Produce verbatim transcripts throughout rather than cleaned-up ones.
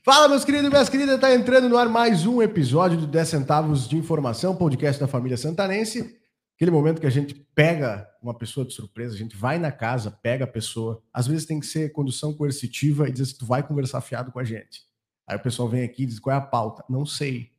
Fala, meus queridos e minhas queridas, tá entrando no ar mais um episódio do dez Centavos de Informação, podcast da família santanense. Aquele momento que a gente pega uma pessoa de surpresa, a gente vai na casa, pega a pessoa. Às vezes tem que ser condução coercitiva e diz assim, tu vai conversar fiado com a gente. Aí o pessoal vem aqui e diz, qual é a pauta? Não sei.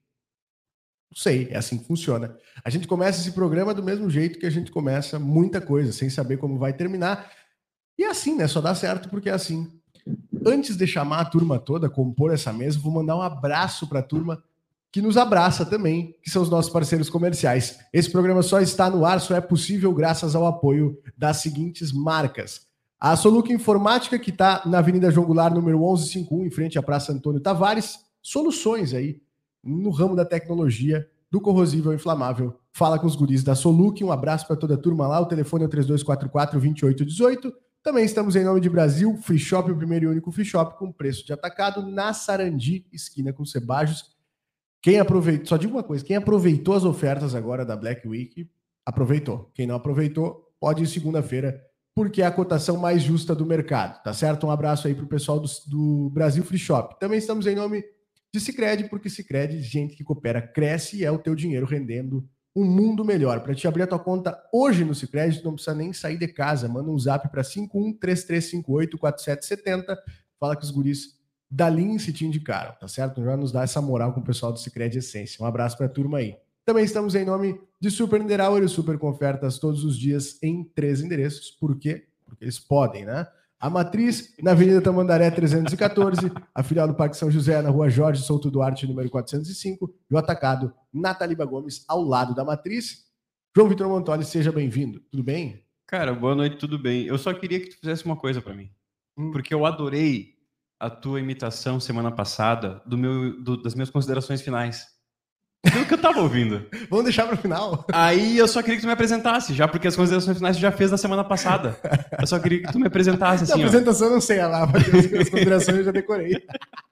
Não sei, é assim que funciona. A gente começa esse programa do mesmo jeito que a gente começa muita coisa, sem saber como vai terminar. E é assim, né? Só dá certo porque é assim. Antes de chamar a turma toda a compor essa mesa, vou mandar um abraço para a turma que nos abraça também, que são os nossos parceiros comerciais. Esse programa só está no ar, só é possível graças ao apoio das seguintes marcas. A Soluc Informática, que está na Avenida João Goulart, número onze cinquenta e um, em frente à Praça Antônio Tavares. Soluções aí no ramo da tecnologia, do corrosível inflamável. Fala com os guris da Soluc. Um abraço para toda a turma lá. O telefone é o três dois quatro quatro, dois oito um oito. Também estamos em nome de Brasil, Free Shop, o primeiro e único free shop com preço de atacado na Sarandi, esquina com Cebajos. Quem aproveitou, só digo uma coisa, quem aproveitou as ofertas agora da Black Week, aproveitou. Quem não aproveitou, pode ir segunda-feira, porque é a cotação mais justa do mercado, tá certo? Um abraço aí pro pessoal do, do Brasil Free Shop. Também estamos em nome de Sicredi, porque Sicredi, gente que coopera, cresce e é o teu dinheiro rendendo um mundo melhor. Para te abrir a tua conta hoje no Sicredi, tu não precisa nem sair de casa. Manda um zap para cinco um três três cinco oito quatro sete sete zero. Fala que os guris da Lince te indicaram, tá certo? Já nos dá essa moral com o pessoal do Sicredi Essência. Um abraço para a turma aí. Também estamos em nome de Super Niederauer e Super com ofertas todos os dias em três endereços. Por quê? Porque eles podem, né? A Matriz, na Avenida Tamandaré trezentos e quatorze, a filial do Parque São José, na Rua Jorge Souto Duarte, número quatrocentos e cinco, e o Atacado, na Taliba Gomes, ao lado da Matriz. João Vitor Montoli, seja bem-vindo. Tudo bem? Cara, boa noite, tudo bem. Eu só queria que tu fizesse uma coisa pra mim. Hum. Porque eu adorei a tua imitação semana passada do meu, do, das minhas considerações finais. Aquilo que eu tava ouvindo. Vamos deixar pro final? Aí eu só queria que tu me apresentasse, já porque as considerações finais tu já fez na semana passada. Eu só queria que tu me apresentasse assim, a apresentação ó. Eu não sei lá, mas as considerações eu já decorei.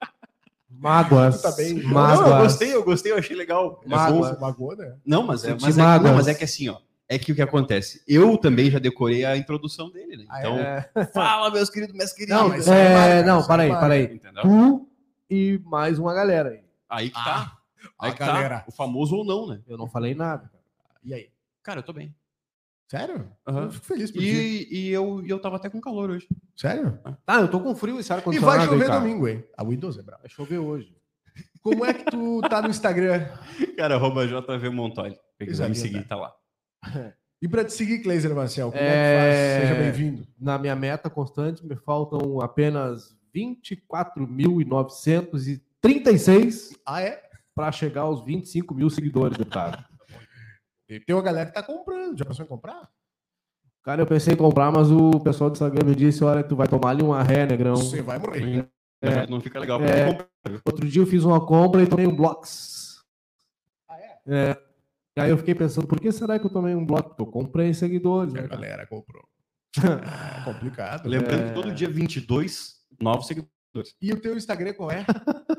Mágoas. Tá bem, Mágoas. Não, eu gostei, eu gostei, eu achei legal. Mágoas. Magoa, né? Não, mas é, mas, é, não, mas é que assim, ó. É que o que acontece? Eu também já decorei a introdução dele, né? Então, é. Fala, meus queridos, minhas queridas. Não, mas é, é, não, para aí, para aí. Entendeu? Tu e mais uma galera aí. Aí que tá. Ah. Aí que tá, o famoso ou não, né? Eu não falei nada. Cara. E aí? Cara, eu tô bem. Sério? Uhum. Eu fico feliz por e, e eu, e eu tava até com calor hoje. Sério? Ah, eu tô com frio esse ar E vai chover aí, domingo, hein? A Windows é brava. Vai chover hoje. Como é que tu tá no Instagram? Cara, arroba J V Montoli. Quiser me seguir, tá lá. E pra te seguir, Cleiser Marcel, como é... é que faz? Seja bem-vindo. Na minha meta constante, me faltam apenas vinte e quatro mil novecentos e trinta e seis. Ah, é? Para chegar aos vinte e cinco mil seguidores, deputado. E tem uma galera que tá comprando. Já pensou em comprar? Cara, eu pensei em comprar, mas o pessoal do Instagram me disse, olha, tu vai tomar ali uma ré, negrão. Você vai morrer. É, não fica legal. É, outro dia eu fiz uma compra e tomei um Blocks. Ah, é? É. Aí eu fiquei pensando, por que será que eu tomei um Block? Eu comprei seguidores. A né? galera comprou. É complicado. Lembrando É... que todo dia vinte e dois, novos seguidores. E o teu Instagram qual é?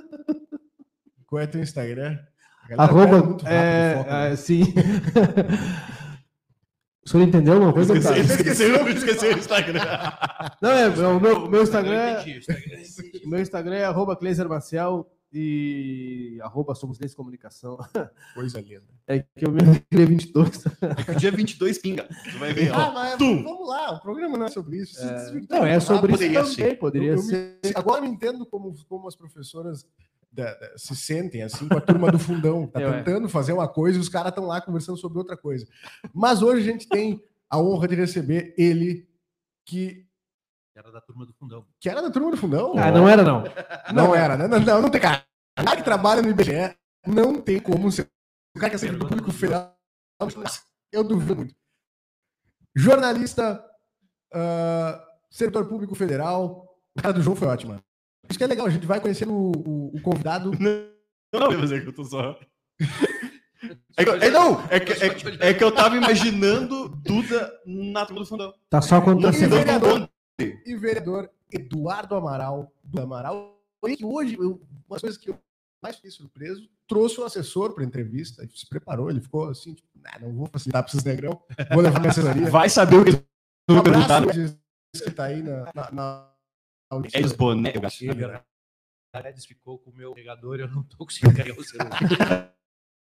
Qual é teu Instagram? Arroba, muito rápido, é, foco, né? é, sim. O senhor entendeu uma coisa? Esqueci, esqueceu, esqueceu o Instagram. Não, é, o meu, meu Instagram é, o meu Instagram é arroba Cleiser Marcel e arroba Somos Leis Comunicação. Coisa linda. É que eu me criei vinte e dois. É que o dia vinte e dois pinga. Tu vai ver, ó. Ah, mas vamos lá, o programa não é sobre isso. É, não, é sobre isso poderia também, ser. poderia eu, eu ser. Me, agora eu me entendo como, como as professoras da, da, se sentem, assim, com a turma do fundão. Tá eu tentando é. fazer uma coisa e os caras estão lá conversando sobre outra coisa. Mas hoje a gente tem a honra de receber ele, que... Era da turma do fundão. Que era da turma do fundão? Ah, não era, não. Não, não era, né? Não, não, não tem cara. O cara que trabalha no I B G E não tem como ser. O cara que é sempre do público federal. Eu duvido muito. Jornalista, uh, servidor público federal. O cara do João foi ótimo. Isso que é legal, a gente vai conhecendo o, o, o convidado. Não, não, mas é que eu tô só. É que, é, não, é que, é, é que eu tava imaginando Duda na turma do fundão. Tá só quando e, vereador, e vereador Eduardo Amaral, do Amaral, que hoje, eu, umas coisas que eu mais fiquei surpreso, trouxe um assessor para entrevista, se preparou, ele ficou assim, tipo, nah, não vou facilitar para esses negrão, vou levar minha assessoria. Vai saber o que eu vou perguntar. Que tá aí na... na, na... É os boné, eu acho. Guedes ficou com o meu pegador e eu não tô conseguindo carregar o celular.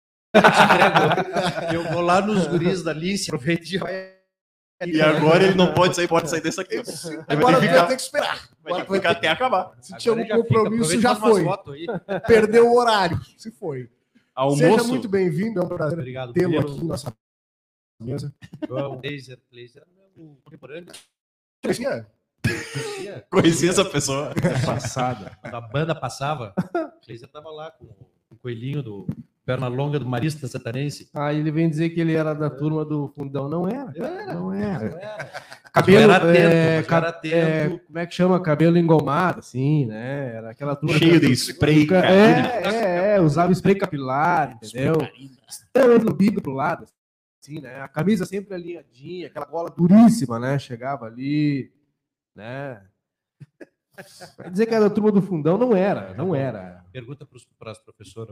Eu vou lá nos guris da Lince, aproveito e já vai. E agora ele não pode sair, pode sair dessa aqui. Ele Agora vai ter que vai ficar, ter que esperar. vai ter que ficar até acabar. Se tinha Agora um já fica, compromisso, já aproveita foi. aí. Perdeu o horário. Se foi. Almoço. Seja muito bem-vindo. É um prazer Obrigado. tê-lo Primeiro, aqui na nossa mesa. o Laser, Laser é meu contemporâneo. Conhecia? Conhecia. Conheci essa pessoa. Passada. Quando a banda passava, o Laser tava lá com o coelhinho do perna longa do Marista Santanense. Aí ele vem dizer que ele era da turma do fundão. Não era. Era. Não era. Não era. Cabelo, Mas eu era atento, é, mas eu ca- era atento. é, como é que chama? Cabelo engomado, assim, né? Era aquela turma Cheio que- de spray, cara. É, é, é, usava spray capilar, entendeu? Extremamente no bico pro lado, assim, né? A camisa sempre alinhadinha, aquela gola duríssima, né? Chegava ali, né? Vai dizer que era da turma do fundão, não era, não era. Pergunta para as professoras.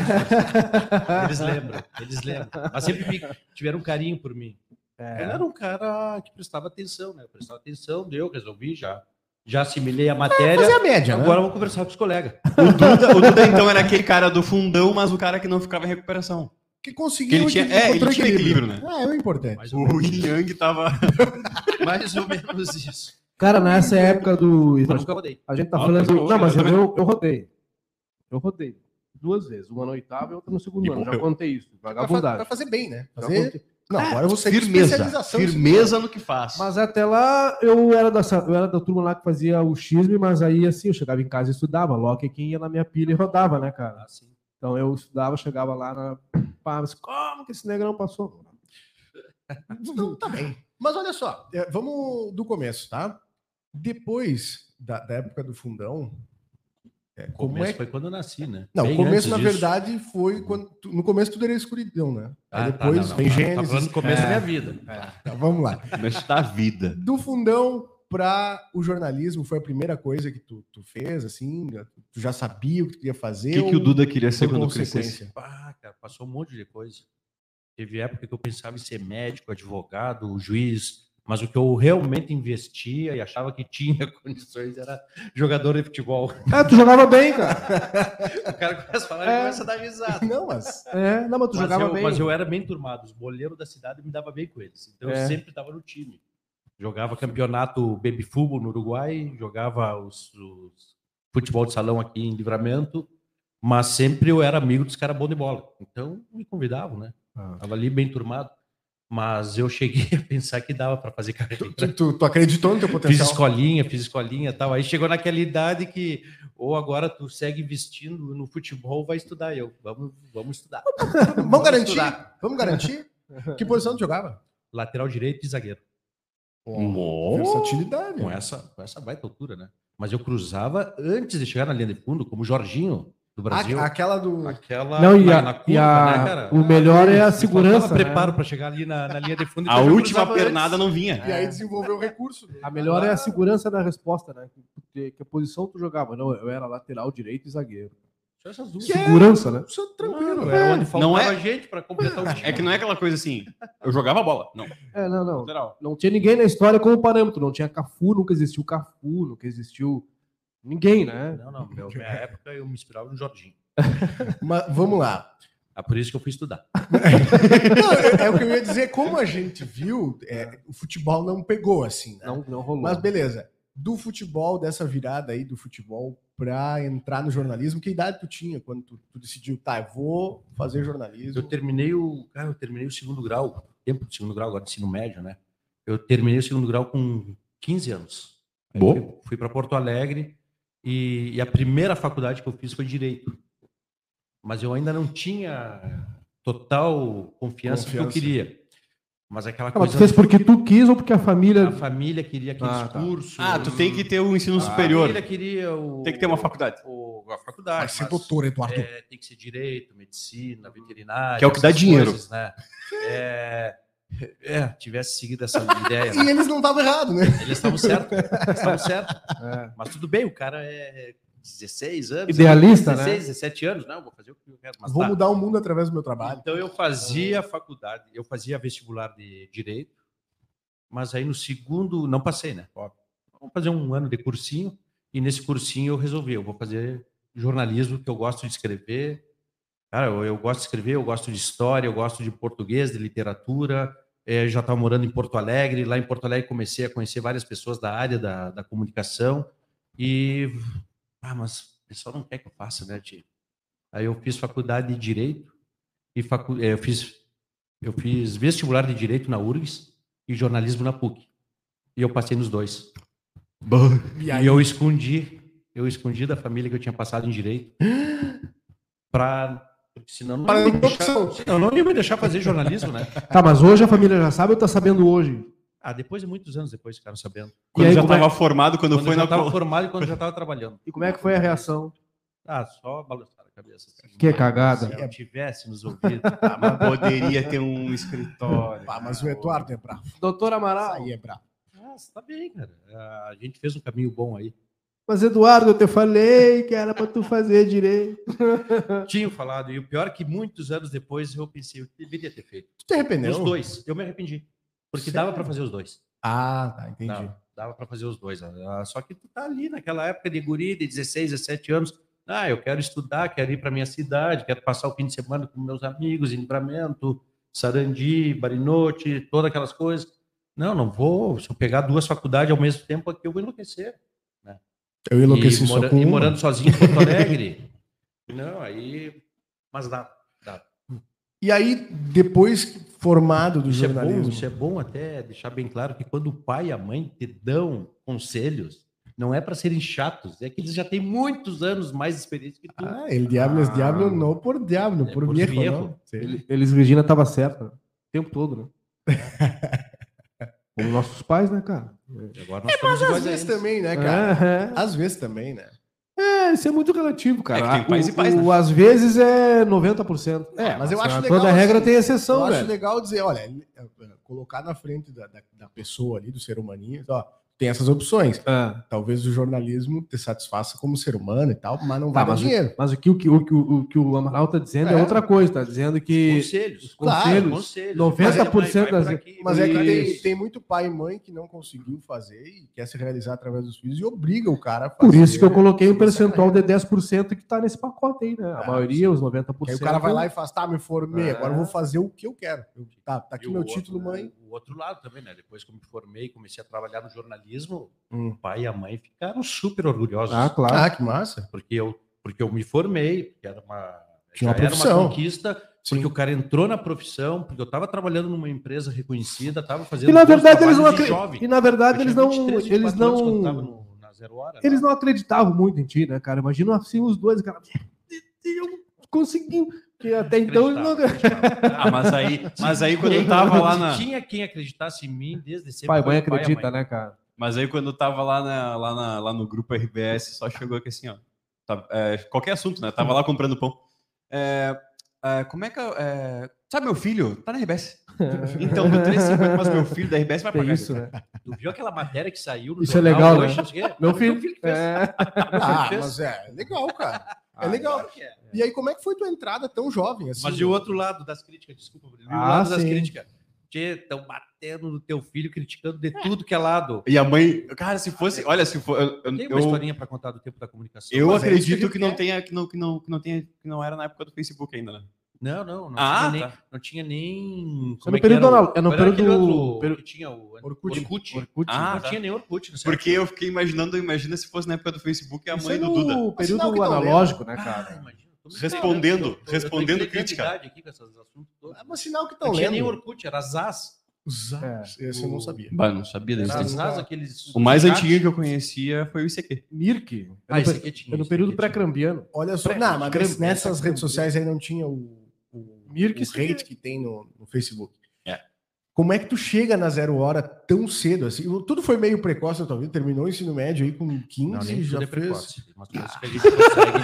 Eles lembram, eles lembram. Mas sempre me tiveram um carinho por mim. É. Ele era um cara que prestava atenção, né? Eu prestava atenção, deu, resolvi, já, já assimilei a matéria. Fazer a média, né? Agora eu vou conversar com os colegas. O Duda, o Duda, então, era aquele cara do fundão, mas o cara que não ficava em recuperação. Que conseguiu. Que ele tinha- que é, ele encontrou tinha equilíbrio, né? Ah, é o importante. Mais ou, O menos, Yin Yang tava. mais ou menos isso. Cara, nessa época do. Mas nunca rodei. A gente tá Ah, falando. mas eu- Não, mas eu, eu, eu rodei. Eu rodei. Duas vezes. Uma no oitavo e outra no segundo E ano. Já morreu. contei isso. Pra, fa- Vagabundagem. pra fazer bem, né? Já Fazer... contei. Não, agora eu vou ser Firmeza. especialização. Firmeza no que faz. Mas até lá eu era, da, eu era da turma lá que fazia o xisme, mas aí assim, eu chegava em casa e estudava. Logo que quem ia na minha pilha e rodava, né, cara? Assim. Então eu estudava, chegava lá na. Pá, mas como que esse negrão passou? Então, tá bem. Mas olha só, é, vamos do começo, tá? Depois da, da época do fundão, é, O como começo é que... foi quando eu nasci, né? Não, Bem o começo, antes na disso. verdade, foi quando... tu- No começo tudo era escuridão, né? Aí Ah, tá, depois não, não, vem tá- Gênesis. Tá falando do começo É, da minha vida. tá, vamos lá. Começo da vida. Do fundão para o jornalismo, foi a primeira coisa que tu, tu fez, assim? Tu já sabia o que tu queria O fazer? que, que o ou Duda queria ser por quando crescesse? consequência? Ah, cara, passou um monte de coisa. Teve época que eu pensava em ser médico, advogado, juiz, mas o que eu realmente investia e achava que tinha condições era jogador de futebol. Ah, tu jogava bem, cara. O cara começa a falar e É. começa a dar risada. Não, mas... É, não, mas tu Mas jogava eu, bem. mas eu era bem turmado. Os boleiros da cidade me dava bem com eles. Então É. eu sempre estava no time. Jogava campeonato baby futebol no Uruguai, jogava os, os futebol de salão aqui em Livramento, mas sempre eu era amigo dos caras bons de bola. Então me convidavam, né? Ah. Tava ali bem turmado. Mas eu cheguei a pensar que dava para fazer carreira. Tu, tu, tu acreditou no teu Fiz potencial? escolinha, fiz escolinha e tal. Aí chegou naquela idade que ou agora tu segue investindo no futebol ou vai estudar. Eu, vamos, vamos estudar. Vamos garantir? estudar. Vamos garantir? Que posição tu jogava? Lateral direito e zagueiro. Versatilidade. Com essa, com essa baita altura, né? Mas eu cruzava antes de chegar na linha de fundo, como o Jorginho do Brasil. A- aquela do... Aquela Não, e na, a- na e curva, a- né, cara? o melhor é a Me segurança, faltava né? preparo para chegar ali na, na linha de fundo. A então eu última cruzava pernada antes. não vinha. E aí desenvolveu o recurso. A melhor é a segurança da resposta, né? Que, que a posição tu jogava. Não, eu era lateral direito e zagueiro. Só essas duas. Segurança, né? Isso é tranquilo. Não, né? era onde faltava Não é- gente para completar o time. É que não é aquela coisa assim, eu jogava bola. Não, É, não, não. lateral. Não tinha ninguém na história como parâmetro. Não tinha Cafu, nunca existiu Cafu, nunca existiu ninguém, né? Não, não. Meu, minha época eu me inspirava no Jorginho. Mas vamos lá. É por isso que eu fui estudar. Não, é, é o que eu ia dizer. Como a gente viu, é, o futebol não pegou assim, né? Não, não rolou. Mas beleza. Do futebol, dessa virada aí do futebol pra entrar no jornalismo, que idade tu tinha quando tu, tu decidiu, tá, eu vou fazer jornalismo? Eu terminei o, cara, eu terminei o segundo grau, tempo de segundo grau, agora de ensino médio, né? Eu terminei o segundo grau com quinze anos. Aí Bom. Fui, fui para Porto Alegre e, e a primeira faculdade que eu fiz foi Direito. Mas eu ainda não tinha total confiança, no que eu Confiança. queria. Mas aquela Ah, mas coisa... tu fez porque tu quis ou porque a família... A família queria aqueles Ah, tá. cursos. Ah, tu tem que ter o ensino A superior. família queria o... Tem que ter uma faculdade. O, a faculdade. Vai ser mas- doutor, Eduardo. É, tem que ser direito, medicina, veterinária. Que é o que dá essas dinheiro. coisas, né? É, é, tivesse seguido essa ideia. E né? eles não estavam errados, né? Eles estavam certos. Eles estavam certos. É. Mas tudo bem, o cara é dezesseis anos. Idealista, né? dezesseis, dezessete anos. Não, vou fazer o que eu quero. Mas Vou tá. mudar o mundo através do meu trabalho. Então eu fazia faculdade, eu fazia vestibular de Direito, mas aí no segundo, não passei, né? Óbvio. Vamos fazer um ano de cursinho, e nesse cursinho eu resolvi, eu vou fazer jornalismo, que eu gosto de escrever. Cara, eu, eu gosto de escrever, eu gosto de história, eu gosto de português, de literatura. É, já estava morando em Porto Alegre. Lá em Porto Alegre comecei a conhecer várias pessoas da área da, da comunicação. E, ah, mas o pessoal não quer que eu faça, né, tio? Aí eu fiz faculdade de Direito, e facu... eu, fiz, eu fiz vestibular de Direito na U R G S e jornalismo na P U C. E eu passei nos dois. E, E eu escondi, eu escondi da família que eu tinha passado em Direito, para... Senão não, ia me deixar, senão não ia me deixar fazer jornalismo, né? Tá, mas hoje a família já sabe ou tá sabendo hoje? Ah, depois de muitos anos depois ficaram sabendo. Quando aí, já como é- estava formado, quando, Quando foi eu já na... estava formado e quando já estava trabalhando. E como é que foi a reação? Ah, só balançar a cabeça. Assim. Que cagada. Se eu tivesse nos ouvidos. Ah, mas poderia ter um escritório. Ah, mas o Eduardo é bravo. Doutor Amaral. Isso aí é bravo. Nossa, tá bem, cara. A gente fez um caminho bom aí. Mas, Eduardo, eu te falei que era pra tu fazer direito. Tinha falado. E o pior é que muitos anos depois eu pensei, eu deveria ter feito. Tu te arrependeu? Os dois. Eu me arrependi. Porque Sério? dava para fazer os dois. Ah, tá, entendi. Dava, dava para fazer os dois. Ah, só que tu tá ali naquela época de guri, de dezesseis, dezessete anos. Ah, eu quero estudar, quero ir para minha cidade, quero passar o fim de semana com meus amigos em Livramento, Sarandi, Barinote, todas aquelas coisas. Não, não vou. Se eu pegar duas faculdades ao mesmo tempo aqui, eu vou enlouquecer. Né? Eu enlouqueci e, só mora, com e uma. morando sozinho em Porto Alegre. Não, aí... Mas dá, dá. E aí, depois formado do Isso é, jornalismo... bom, isso é bom até deixar bem claro que quando o pai e a mãe te dão conselhos, não é para serem chatos, é que eles já têm muitos anos mais de experiência que tu. Ah, ele diablo es diablo, não por diablo, É por, por viejo, viejo. não? Sim. Ele- Eles, Regina, tava certa. O tempo todo, né? Como nossos pais, né, cara? Agora nós Mas somos às iguais a vezes eles. também, né, cara? É, Às vezes também, né? é, isso é muito relativo, cara. É que tem pais O- e pais, o- né? Às vezes é noventa por cento. É, mas eu acho toda legal, regra assim, tem exceção, Eu acho velho. legal dizer, olha, é, é, colocar na frente da, da, da pessoa ali, do ser humaninho, ó, tem essas opções. É. Talvez o jornalismo te satisfaça como ser humano e tal, mas não Tá, vai dar mas, dinheiro. o, mas o, que, o, que, o, que, o, o que o Amaral tá dizendo é, É. outra coisa. Tá dizendo que Conselhos. Claro, conselhos, conselhos. noventa por cento Vai, vai das... por aqui, Mas é que tem, Isso. tem muito pai e mãe que não conseguiu fazer e quer se realizar através dos filhos e obriga o cara a fazer. Por isso que eu coloquei um seguir essa percentual de carreira. dez por cento que tá nesse pacote aí, né? A É, maioria, os noventa por Que aí cento. o cara vai lá e faz, tá, me formei, É. agora eu vou fazer o que eu quero. Eu- tá, tá aqui E o meu outro- título, mãe. O outro lado também, né? Depois que eu me formei, comecei a trabalhar no jornalismo, Hum. o pai e a mãe ficaram super orgulhosos. Ah, claro. Ah, que massa. Porque eu, porque eu me formei, porque era uma, Tinha uma já era uma profissão. conquista, Sim. porque o cara entrou na profissão, porque eu estava trabalhando numa empresa reconhecida, estava fazendo E na bons verdade eles trabalhos não de acreditam. jovem. E na verdade Eu eles tinha não, vinte e três, vinte e eles quatro anos quando tava não, no- na Zero Hora, eles lá. não acreditavam muito em ti, né, cara? Imagina assim os dois, cara. Eu consegui, que até então eles não Acreditava, acreditava. Ah, mas aí, mas aí quando eu tava lá na... Tinha quem acreditasse em mim desde sempre. Pai, foi mãe o pai e a acredita, mãe. né, cara? Mas aí quando eu tava lá, na, lá, na- lá no grupo R B S, só chegou aqui assim, ó. Tá, é, qualquer assunto, né? Tava lá comprando pão. É, é, como é que... eu- é, sabe meu filho? Tá na R B S. Então, deu três cinquenta, mas meu filho da R B S vai Tem pagar isso, né? Tu viu aquela matéria que saiu no Isso é jornal legal, hoje? né? Não sei o quê? Meu Foi filho. que fez. É. Ah, fez? mas é legal, cara. É Ah, legal. claro que é. E aí, como é que foi tua entrada tão jovem assim? Mas e o outro lado das críticas? Desculpa, Bruno. E o Ah, lado das sim. críticas? Estão batendo no teu filho, criticando de tudo que é lado. E a mãe... Cara, se fosse... Olha, se for... Eu, eu, Tem uma eu- historinha para contar do tempo da comunicação. eu Mas é isso que a acredito gente que não quer. tenha... Que não, que, não, que, não tenha, que não era na época do Facebook ainda, né? Não, não, não, Ah, tinha, nem, tá. não tinha nem. É no que período era o- anal- é no qual era aquele período- outro período- que tinha o Orkut. Orkut. Orkut. Ah, não tá. tinha nem Orkut, não sei. Porque eu fiquei imaginando, imagina se fosse na época do Facebook a Isso mãe é do no Duda. Sinal período que não analógico, né, Ah, cara? imagina. Tô me Respondendo, ferrando. Eu tô- eu tô respondendo entregando crítica. idade aqui com esses assuntos todos. É um sinal que Não estão tinha nem lendo. Orkut, era Zaz. Os É, Esse eu não sabia. Bah, não sabia da Era existência. Zaz, aqueles. O mais chats. antigo que eu conhecia foi o I C Q. Mirk. Ah, É esse no, aqui tinha. é no esse período aqui tinha. pré-cambiano. Olha só. Pré- Não, mas Grande- nessas essa redes grande- sociais aí não tinha o, o, Mirk, o isso hate aqui. que tem no, no Facebook. É. Como é que tu chega na Zero Hora tão cedo assim? Tudo foi meio precoce na tua vida. Terminou o ensino médio aí com quinze, Não, nem já tudo é fez. precoce. Mas coisas que a gente consegue,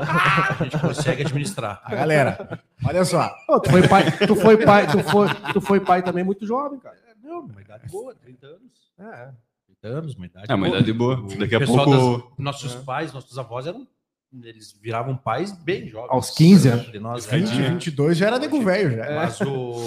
a gente consegue administrar. A galera, olha só. Pô, tu foi pai, tu foi pai, tu foi, tu foi pai também muito jovem, cara. Não, uma idade boa, trinta anos. É. trinta anos, uma idade É uma boa. idade boa. O Daqui a pessoal pouco- das- nossos É. pais, nossos avós eram. Eles viravam pais bem jovens. Aos quinze anos. De nós, vinte, né? vinte e dois já era nego velho já. Mas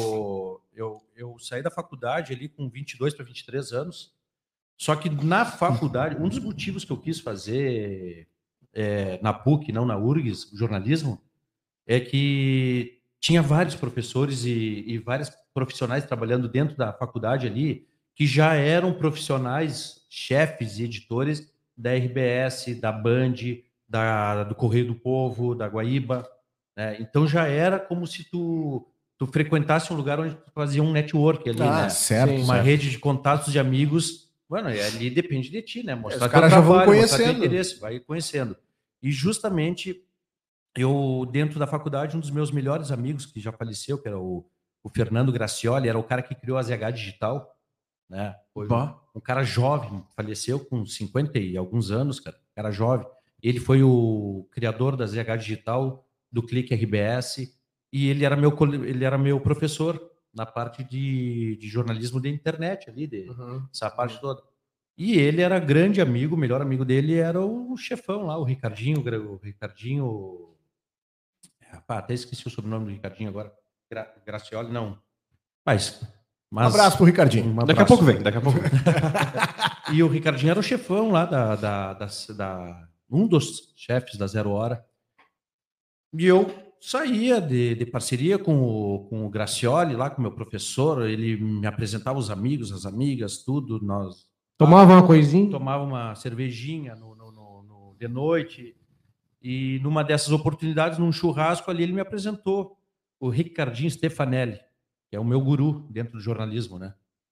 o, eu, eu saí da faculdade ali com vinte e dois para vinte e três anos. Só que na faculdade, um dos motivos que eu quis fazer é, na P U C, não na U R G S, jornalismo, é que tinha vários professores e, e vários profissionais trabalhando dentro da faculdade ali, que já eram profissionais, chefes e editores da R B S, da Band, da, do Correio do Povo, da Guaíba, né? Então já era como se tu, tu frequentasse um lugar onde tu fazia um network ali, Ah, né? certo, Uma certo. rede de contatos de amigos. Bueno, e ali depende de ti, né? Mostrar Os teu caras já vão trabalho, mostrar teu conhecendo. interesse, vai conhecendo. E justamente eu, dentro da faculdade, um dos meus melhores amigos que já faleceu, que era o, o Fernando Gracioli, era o cara que criou a Z H Digital, né? Foi um, um cara jovem, faleceu com cinquenta e alguns anos, cara, cara jovem. Ele foi o criador da Z H Digital, do Clique R B S, e ele era meu, ele era meu professor na parte de, de jornalismo de internet ali, de, Uhum. essa parte toda. E ele era grande amigo, o melhor amigo dele era o chefão lá, o Ricardinho, o Ricardinho... Ah, até esqueci o sobrenome do Ricardinho agora. Gra, Gracioli, não. Mas, mas... Um abraço pro Ricardinho. Um Daqui a pouco vem, daqui a pouco vem. E o Ricardinho era o chefão lá da, da, da, da... Um dos chefes da Zero Hora. E eu saía de, de parceria com o, com o Gracioli lá, com o meu professor. Ele me apresentava os amigos, as amigas, tudo. Nós Tomava uma coisinha? tomava uma cervejinha no, no, no, no, de noite. E numa dessas oportunidades, num churrasco ali, ele me apresentou o Ricardinho Stefanelli, que é o meu guru dentro do jornalismo, né?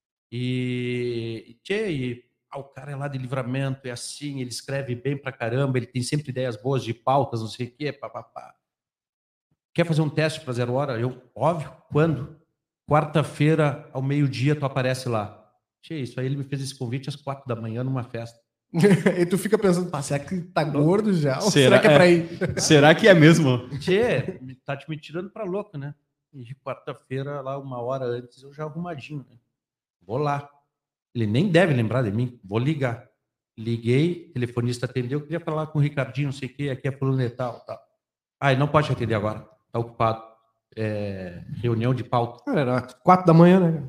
E, tchê, e ah, o cara é lá de Livramento, é assim, ele escreve bem pra caramba, ele tem sempre ideias boas de pautas, não sei o quê, papapá. Quer fazer um teste para Zero Hora? Eu, óbvio, quando? Quarta-feira, ao meio-dia, tu aparece lá. Tchê, isso aí ele me fez esse convite às quatro da manhã numa festa. E tu fica pensando, pá, será que tá gordo já? Ou Será- será que é pra ir? Será que é mesmo? Tchê, tá te me tirando pra louco, né? E de quarta-feira, lá uma hora antes, eu já arrumadinho, né? Vou lá. Ele nem deve lembrar de mim, vou ligar. Liguei, o telefonista atendeu, queria falar com o Ricardinho, não sei o quê, aqui é fulano e tal, tal. Ah, ele não pode atender agora, tá ocupado. É, reunião de pauta. Cara, era quatro da manhã, né?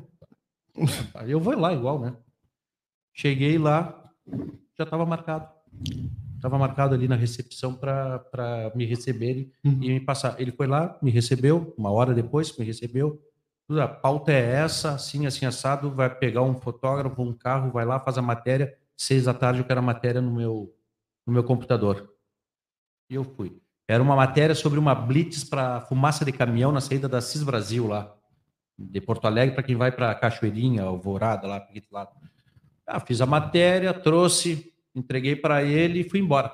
Aí eu vou lá igual, né? Cheguei lá, já estava marcado. Estava marcado ali na recepção para me receberem Uhum. e me passar. Ele foi lá, me recebeu, uma hora depois me recebeu. A pauta é essa, assim, assim, assado, vai pegar um fotógrafo, um carro, vai lá, faz a matéria, seis da tarde eu quero a matéria no meu, no meu computador. E eu fui. Era uma matéria sobre uma blitz para fumaça de caminhão na saída da Cis Brasil lá, de Porto Alegre, para quem vai para Cachoeirinha, Alvorada, lá para aquele lado. Ah, fiz a matéria, trouxe, entreguei para ele e fui embora.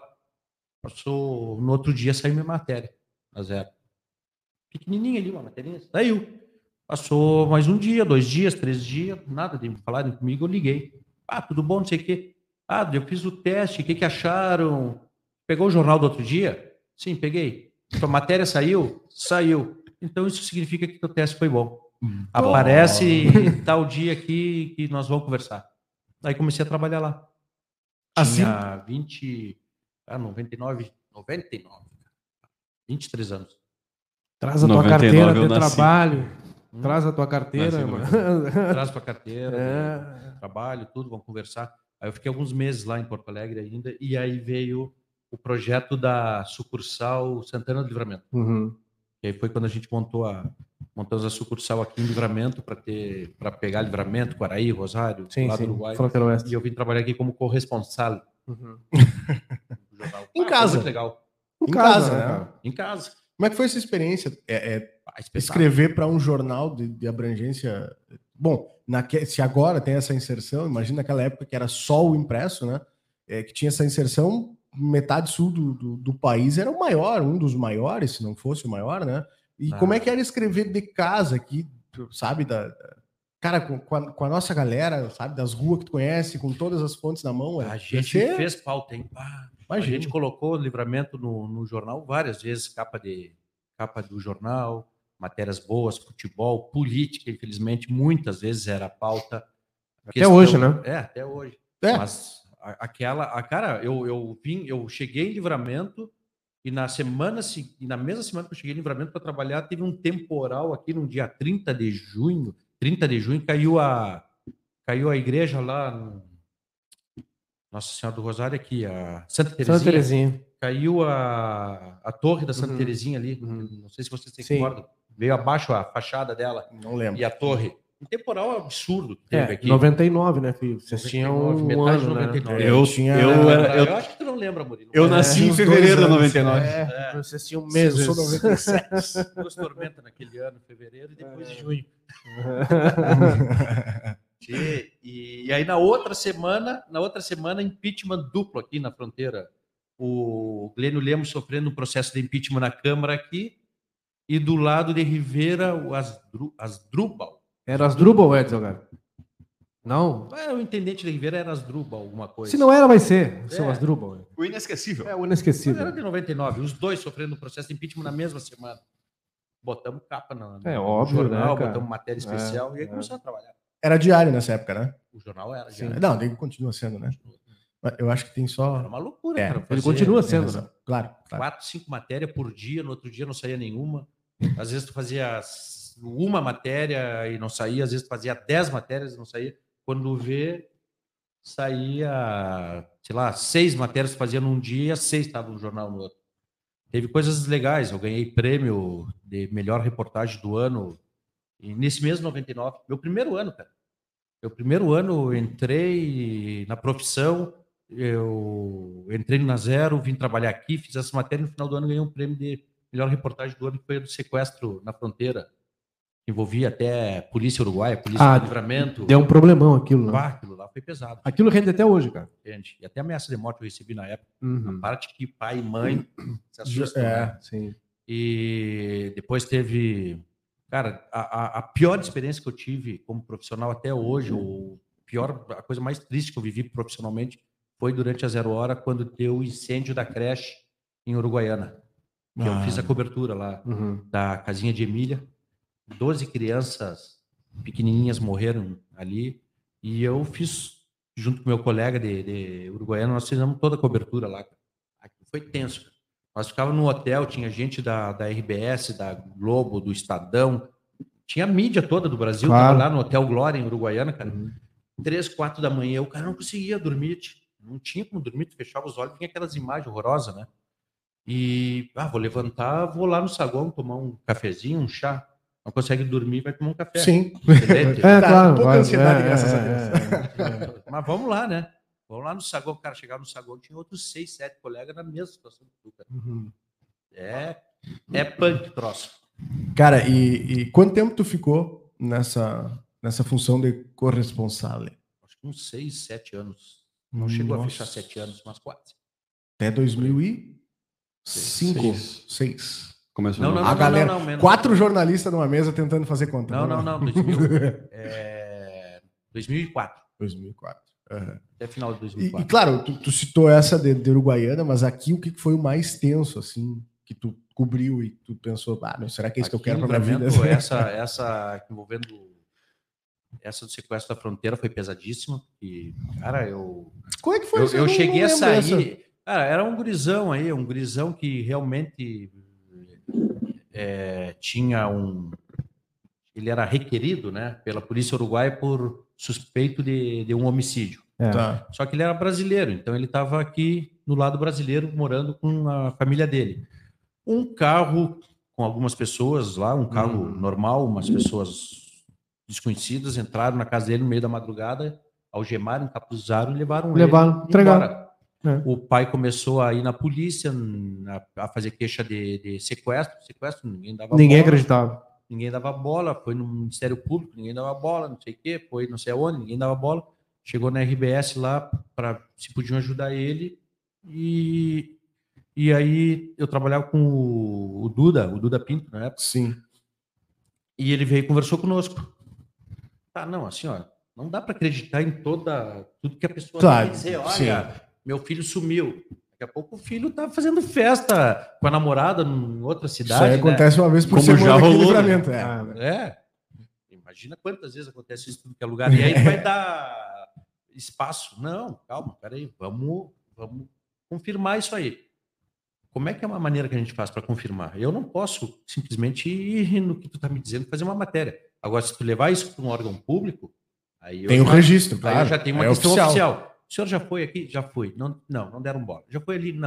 Passou, no outro dia saiu minha matéria, a zero. Pequenininha ali, uma matéria, saiu. Passou mais um dia, dois dias, três dias, nada de me falarem comigo, eu liguei. Ah, tudo bom, não sei o quê. Ah, eu fiz o teste, o que, que acharam? Pegou o jornal do outro dia? Sim, peguei. Sua matéria saiu? Saiu. Então isso significa que o teste foi bom. Hum. Aparece tal dia aqui que nós vamos conversar. Aí comecei a trabalhar lá. Assim? Tinha vinte, ah, noventa e nove, noventa e nove, vinte e três anos. Traz a tua noventa e nove carteira eu de nasci. trabalho. Hum. Traz a tua carteira, Nasci mano. Traz tua carteira, É. de trabalho, tudo, vamos conversar. Aí eu fiquei alguns meses lá em Porto Alegre ainda, e aí veio o projeto da sucursal Santana do Livramento. Uhum. E aí foi quando a gente montou a montamos a sucursal aqui em Livramento para ter para pegar Livramento, Quaraí, Rosário, Sim, lá do sim. Uruguai. Fronteira Oeste. E eu vim trabalhar aqui como corresponsal Uhum. do jornal. Em Ah, casa. foi muito legal. Em casa, né? cara? Em casa. Como é que foi essa experiência? É, é Ah, espetáculo. escrever para um jornal de, de abrangência. Bom, naque, se agora tem essa inserção, imagina naquela época que era só o impresso, né? É, que tinha essa inserção, metade sul do, do, do país era o maior, um dos maiores, se não fosse o maior, né? E Ah. como é que era escrever de casa aqui, sabe? Da, da- cara, com, com, a, com a nossa galera, sabe? Das ruas que tu conhece, com todas as fontes na mão. A é- gente você- fez pauta, hein? Ah, a Imagina. gente colocou Livramento no, no jornal várias vezes, capa de capa do jornal, matérias boas, futebol, política, infelizmente, muitas vezes era pauta. Até hoje, né? É, até hoje. É. Mas a- aquela, a cara, eu, eu vim, eu cheguei em Livramento e na semana, se- e na mesma semana que eu cheguei em Livramento para trabalhar, teve um temporal aqui no dia trinta de junho, trinta de junho, caiu a caiu a igreja lá no Nossa Senhora do Rosário aqui, a Santa Terezinha. Santa Terezinha. caiu a, a torre da Santa Uhum. Terezinha ali. Uhum. Não sei se vocês se Sim. recordam. Veio abaixo a fachada dela Não lembro. e a torre. Um temporal absurdo que É, teve aqui. noventa e nove, né, filho? Vocês noventa e nove, tinham um metade de ano, noventa e né? nove. É, Eu, tinha- eu, Eu, era- eu, acho que tu não lembra, Murilo. eu É, nasci em uns fevereiro de dois anos, noventa e nove. É, vocês tinham Eu meses. sou noventa e sete. duas tormentas naquele ano, fevereiro e depois É. de junho. E, e, e aí na outra semana, na outra semana, impeachment duplo aqui na fronteira. O Glênio Lemos sofrendo um processo de impeachment na Câmara aqui, e do lado de Rivera, o Asdru, Asdrubal. Era as Drubal, Edson, cara. Não? É, o intendente de Rivera era Asdrubal, alguma coisa. Se não era, vai ser. São É. as Drubal. O inesquecível. É o Mas inesquecível. era de noventa e nove, os dois sofrendo um processo de impeachment na mesma semana. Botamos capa no, no É óbvio, jornal, né, cara? botamos matéria especial É, e aí é. começou a trabalhar. Era diário nessa época, né? O jornal era, Sim. já, Não, ele continua sendo, né? Mas eu acho que tem era só. uma loucura, É, cara. Ele fazer continua Tem sendo. razão. Claro, claro. Quatro, cinco matérias por dia, no outro dia não saía nenhuma. Às vezes tu fazia uma matéria e não saía, às vezes tu fazia dez matérias e não saía. Quando vê, saía, sei lá, seis matérias tu fazia num dia, seis estavam no jornal no outro. Teve coisas legais, eu ganhei prêmio de melhor reportagem do ano, e nesse mesmo noventa e nove, meu primeiro ano, cara. Meu primeiro ano eu entrei na profissão, eu entrei na Zero, vim trabalhar aqui, fiz essa matéria, no final do ano ganhei um prêmio de melhor reportagem do ano, que foi a do sequestro na fronteira, que envolvia até Polícia Uruguaia, Polícia Ah, do Livramento. Deu um problemão aquilo, né? Bah, aquilo lá foi pesado, Aquilo rende até hoje, cara. gente. E até ameaça de morte eu recebi na época. Uhum. A parte que pai e mãe se assustam, né? É, Sim. E depois teve, cara, a, a- a pior experiência que eu tive como profissional até hoje, o pior, a coisa mais triste que eu vivi profissionalmente foi durante a Zero Hora, quando deu o incêndio da creche em Uruguaiana. Que eu Ah. fiz a cobertura lá Uhum. da casinha de Emília. doze crianças pequenininhas morreram ali. E eu fiz, junto com meu colega de, de Uruguaiana, nós fizemos toda a cobertura lá. Aqui foi tenso. Nós ficávamos no hotel, tinha gente da, da R B S, da Globo, do Estadão. Tinha a mídia toda do Brasil, Claro. tava lá no Hotel Glória, em Uruguaiana, cara. Três, quatro da manhã, o cara não conseguia dormir. tio. Não tinha como dormir, tu fechava os olhos, vinha aquelas imagens horrorosas, né? E, ah, vou levantar, vou lá no saguão tomar um cafezinho, um chá. Não consegue dormir, vai tomar um café. Sim. Entendeu? É, Tá, claro. pouca vai- ansiedade, é, graças é, a Deus. é, é. Mas vamos lá, né? Vamos lá no saguão. O cara chegava no saguão, tinha outros seis, sete colegas na mesma situação que tu, cara. Uhum. É, é punk troço. Cara, e, e quanto tempo tu ficou nessa, nessa função de corresponsável? Acho que uns seis, sete anos. Não chegou a Nossa. fechar sete anos, mas quase. Até dois mil e cinco, Seis. seis. Começou Não, no- não, A não, galera, não, menos. quatro jornalistas numa mesa tentando fazer conta. Não, não, Vamos lá. não. dois mil, é, dois mil e quatro. dois mil e quatro. Aham. Até final de dois mil E, e e quatro. claro, tu, tu citou essa de, de Uruguaiana, mas aqui o que que foi o mais tenso, assim, que tu cobriu e tu pensou, ah, não, será que é isso que eu Aqui quero em pra minha vida? Livramento, Essa, essa envolvendo essa do sequestro da fronteira foi pesadíssima. E, cara, eu, Como é que foi eu, isso? eu não- cheguei não a lembro sair. dessa. Cara, era um gurizão aí, um gurizão que realmente é, tinha um. Ele era requerido, né, pela polícia uruguaia por suspeito de, de um homicídio. É. Tá. Só que ele era brasileiro, então ele estava aqui no lado brasileiro, morando com a família dele. Um carro com algumas pessoas lá, um carro normal, umas pessoas desconhecidas entraram na casa dele no meio da madrugada, algemaram, encapuzaram e levaram, Levaram, ele entregaram. embora. É. O pai começou a ir na polícia, na- a fazer queixa de, de sequestro, sequestro, ninguém dava Ninguém bola. acreditava. Ninguém dava bola, foi no Ministério Público, ninguém dava bola, não sei o quê, foi não sei aonde, ninguém dava bola. Chegou na R B S lá para se podiam ajudar ele. E, e aí eu trabalhava com o, o Duda, o Duda Pinto na época, Sim. e ele veio e conversou conosco. Tá, não, assim, ó, não dá para acreditar em toda tudo que a pessoa Claro, vai dizer, olha, sim. meu filho sumiu. Daqui a pouco o filho tá fazendo festa com a namorada em outra cidade. Isso aí né? acontece uma vez por Como semana já aqui no rolou, né? Livramento. É. Ah, né? É. Imagina quantas vezes acontece isso em tudo que é lugar. E aí vai dar espaço. Não, calma, peraí, vamos, vamos confirmar isso aí. Como é que é uma maneira que a gente faz para confirmar? Eu não posso simplesmente ir no que tu tá me dizendo e fazer uma matéria. Agora, se tu levar isso para um órgão público, aí eu Tem o já- registro, aí claro. eu já tenho uma É questão oficial. oficial. O senhor já foi aqui? Já foi. Não, não, não deram bola. Já foi ali? Não.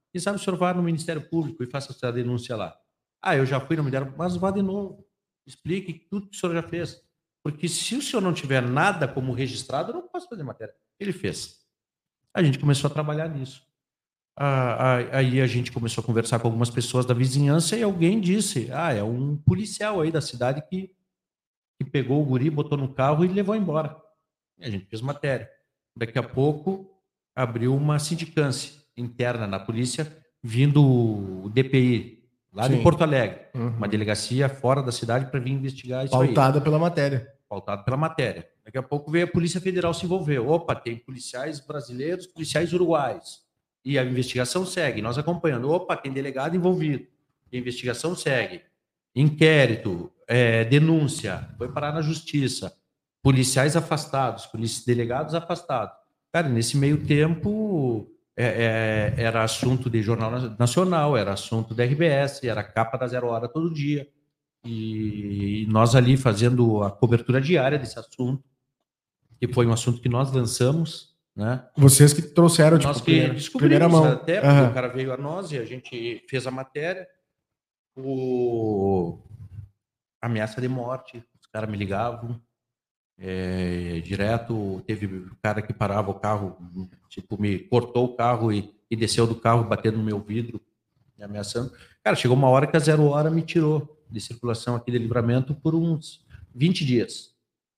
Quem sabe o senhor vá no Ministério Público e faça essa denúncia lá. Ah, eu já fui, não me deram, mas vá de novo. Explique tudo que o senhor já fez. Porque se o senhor não tiver nada como registrado, eu não posso fazer matéria. Ele fez. A gente começou a trabalhar nisso. Aí a gente começou a conversar com algumas pessoas da vizinhança e alguém disse, ah, é um policial aí da cidade que, que pegou o guri, botou no carro e levou embora. E a gente fez matéria. Daqui a pouco abriu uma sindicância interna na polícia, vindo o D P I, lá Sim. de Porto Alegre. Uhum. Uma delegacia fora da cidade para vir investigar isso Pautada aí. pela matéria. Pautada pela matéria. Daqui a pouco veio a Polícia Federal se envolver. Opa, tem policiais brasileiros, policiais uruguaios. E a investigação segue, nós acompanhando. Opa, tem delegado envolvido. E a investigação segue. Inquérito, é, denúncia, foi parar na justiça. Policiais afastados, polícia, delegados afastados. Cara, nesse meio tempo, é, é, era assunto de Jornal Nacional, era assunto da R B S, era capa da Zero Hora todo dia. E nós ali fazendo a cobertura diária desse assunto, que foi um assunto que nós lançamos, né? Vocês que trouxeram, tipo, nós que primeira, descobrimos primeira mão. Até, porque uhum. o cara veio a nós e a gente fez a matéria. O... Ameaça de morte, os caras me ligavam é, direto. Teve um cara que parava o carro, tipo, me cortou o carro e, e desceu do carro batendo no meu vidro, me ameaçando. Cara, chegou uma hora que a Zero Hora me tirou de circulação aqui de Livramento por uns vinte dias.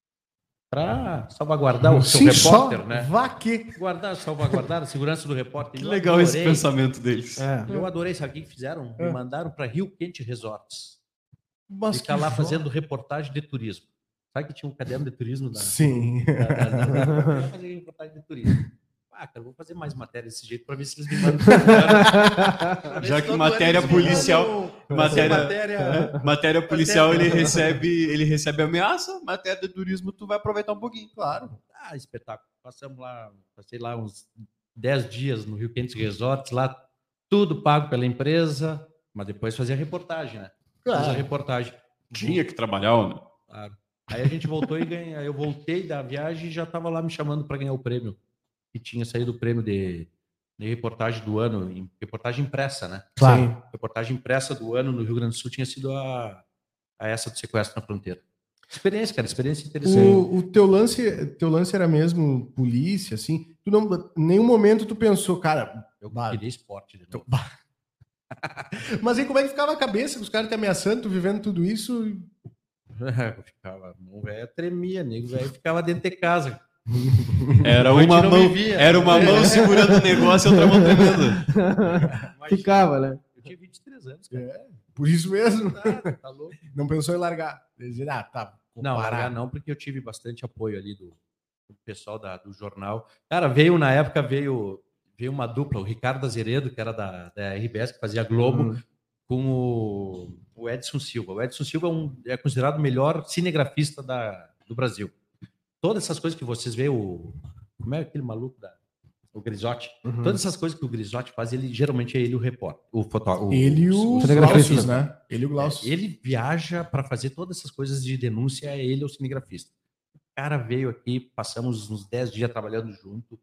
Para salvaguardar o seu Sim, repórter, só né? Vá que... Guardar, salvaguardar a segurança do repórter. Que eu legal adorei. Esse pensamento deles. É. Eu adorei, sabe o que fizeram? É. Me mandaram para Rio Quente Resorts. Mas ficar lá fazendo reportagem de turismo. Sabe que tinha um caderno de turismo? Da, Sim. Da, da, da, da, da, fazer reportagem de turismo. Ah, cara, vou fazer mais matéria desse jeito para ver se eles me mandam. Já que matéria policial, matéria, matéria, é, matéria policial ele recebe, ele recebe ameaça, matéria de turismo tu vai aproveitar um pouquinho, claro. Ah, espetáculo. Passamos lá, passei lá uns dez dias no Rio Quentes Resorts, lá tudo pago pela empresa, mas depois fazia reportagem, né? Claro. Fazia reportagem. Tinha que trabalhar, né? Claro. Aí a gente voltou e ganhei, eu voltei da viagem e já estava lá me chamando para ganhar o prêmio. Que tinha saído o prêmio de, de reportagem do ano, em, reportagem impressa, né? Claro. Sim. Reportagem impressa do ano no Rio Grande do Sul tinha sido a, a essa do sequestro na fronteira. Experiência, cara, experiência interessante. O, o teu lance, teu lance era mesmo polícia, assim? Tu não, em nenhum momento tu pensou, cara... Eu queria esporte de novo. Mas aí como é que ficava a cabeça com os caras te ameaçando, tu vivendo tudo isso? Eu ficava, o velho tremia, nego, velho ficava dentro de casa. Era uma mão, era uma mão segurando o negócio e outra mão tremendo. Ficava, né? Eu tinha vinte e três anos, cara. É, por isso mesmo. Tá, tá louco. Não pensou em largar? Dizer, ah, tá. Não, largar não, porque eu tive bastante apoio ali do, do pessoal da, do jornal. Cara, veio na época, veio, veio uma dupla, o Ricardo Azeredo, que era da, da R B S, que fazia Globo, uhum. com o, o Edson Silva. O Edson Silva é, um, é considerado o melhor cinegrafista da, do Brasil. Todas essas coisas que vocês veem, o... como é aquele maluco da... o Grisotti? Uhum. Todas essas coisas que o Grisotti faz, ele geralmente é ele o repórter, o fotógrafo. Ele e o, o cinegrafista, né? Ele e o Glaucio. É, ele viaja para fazer todas essas coisas de denúncia, é ele o cinegrafista. O cara veio aqui, passamos uns dez dias trabalhando junto.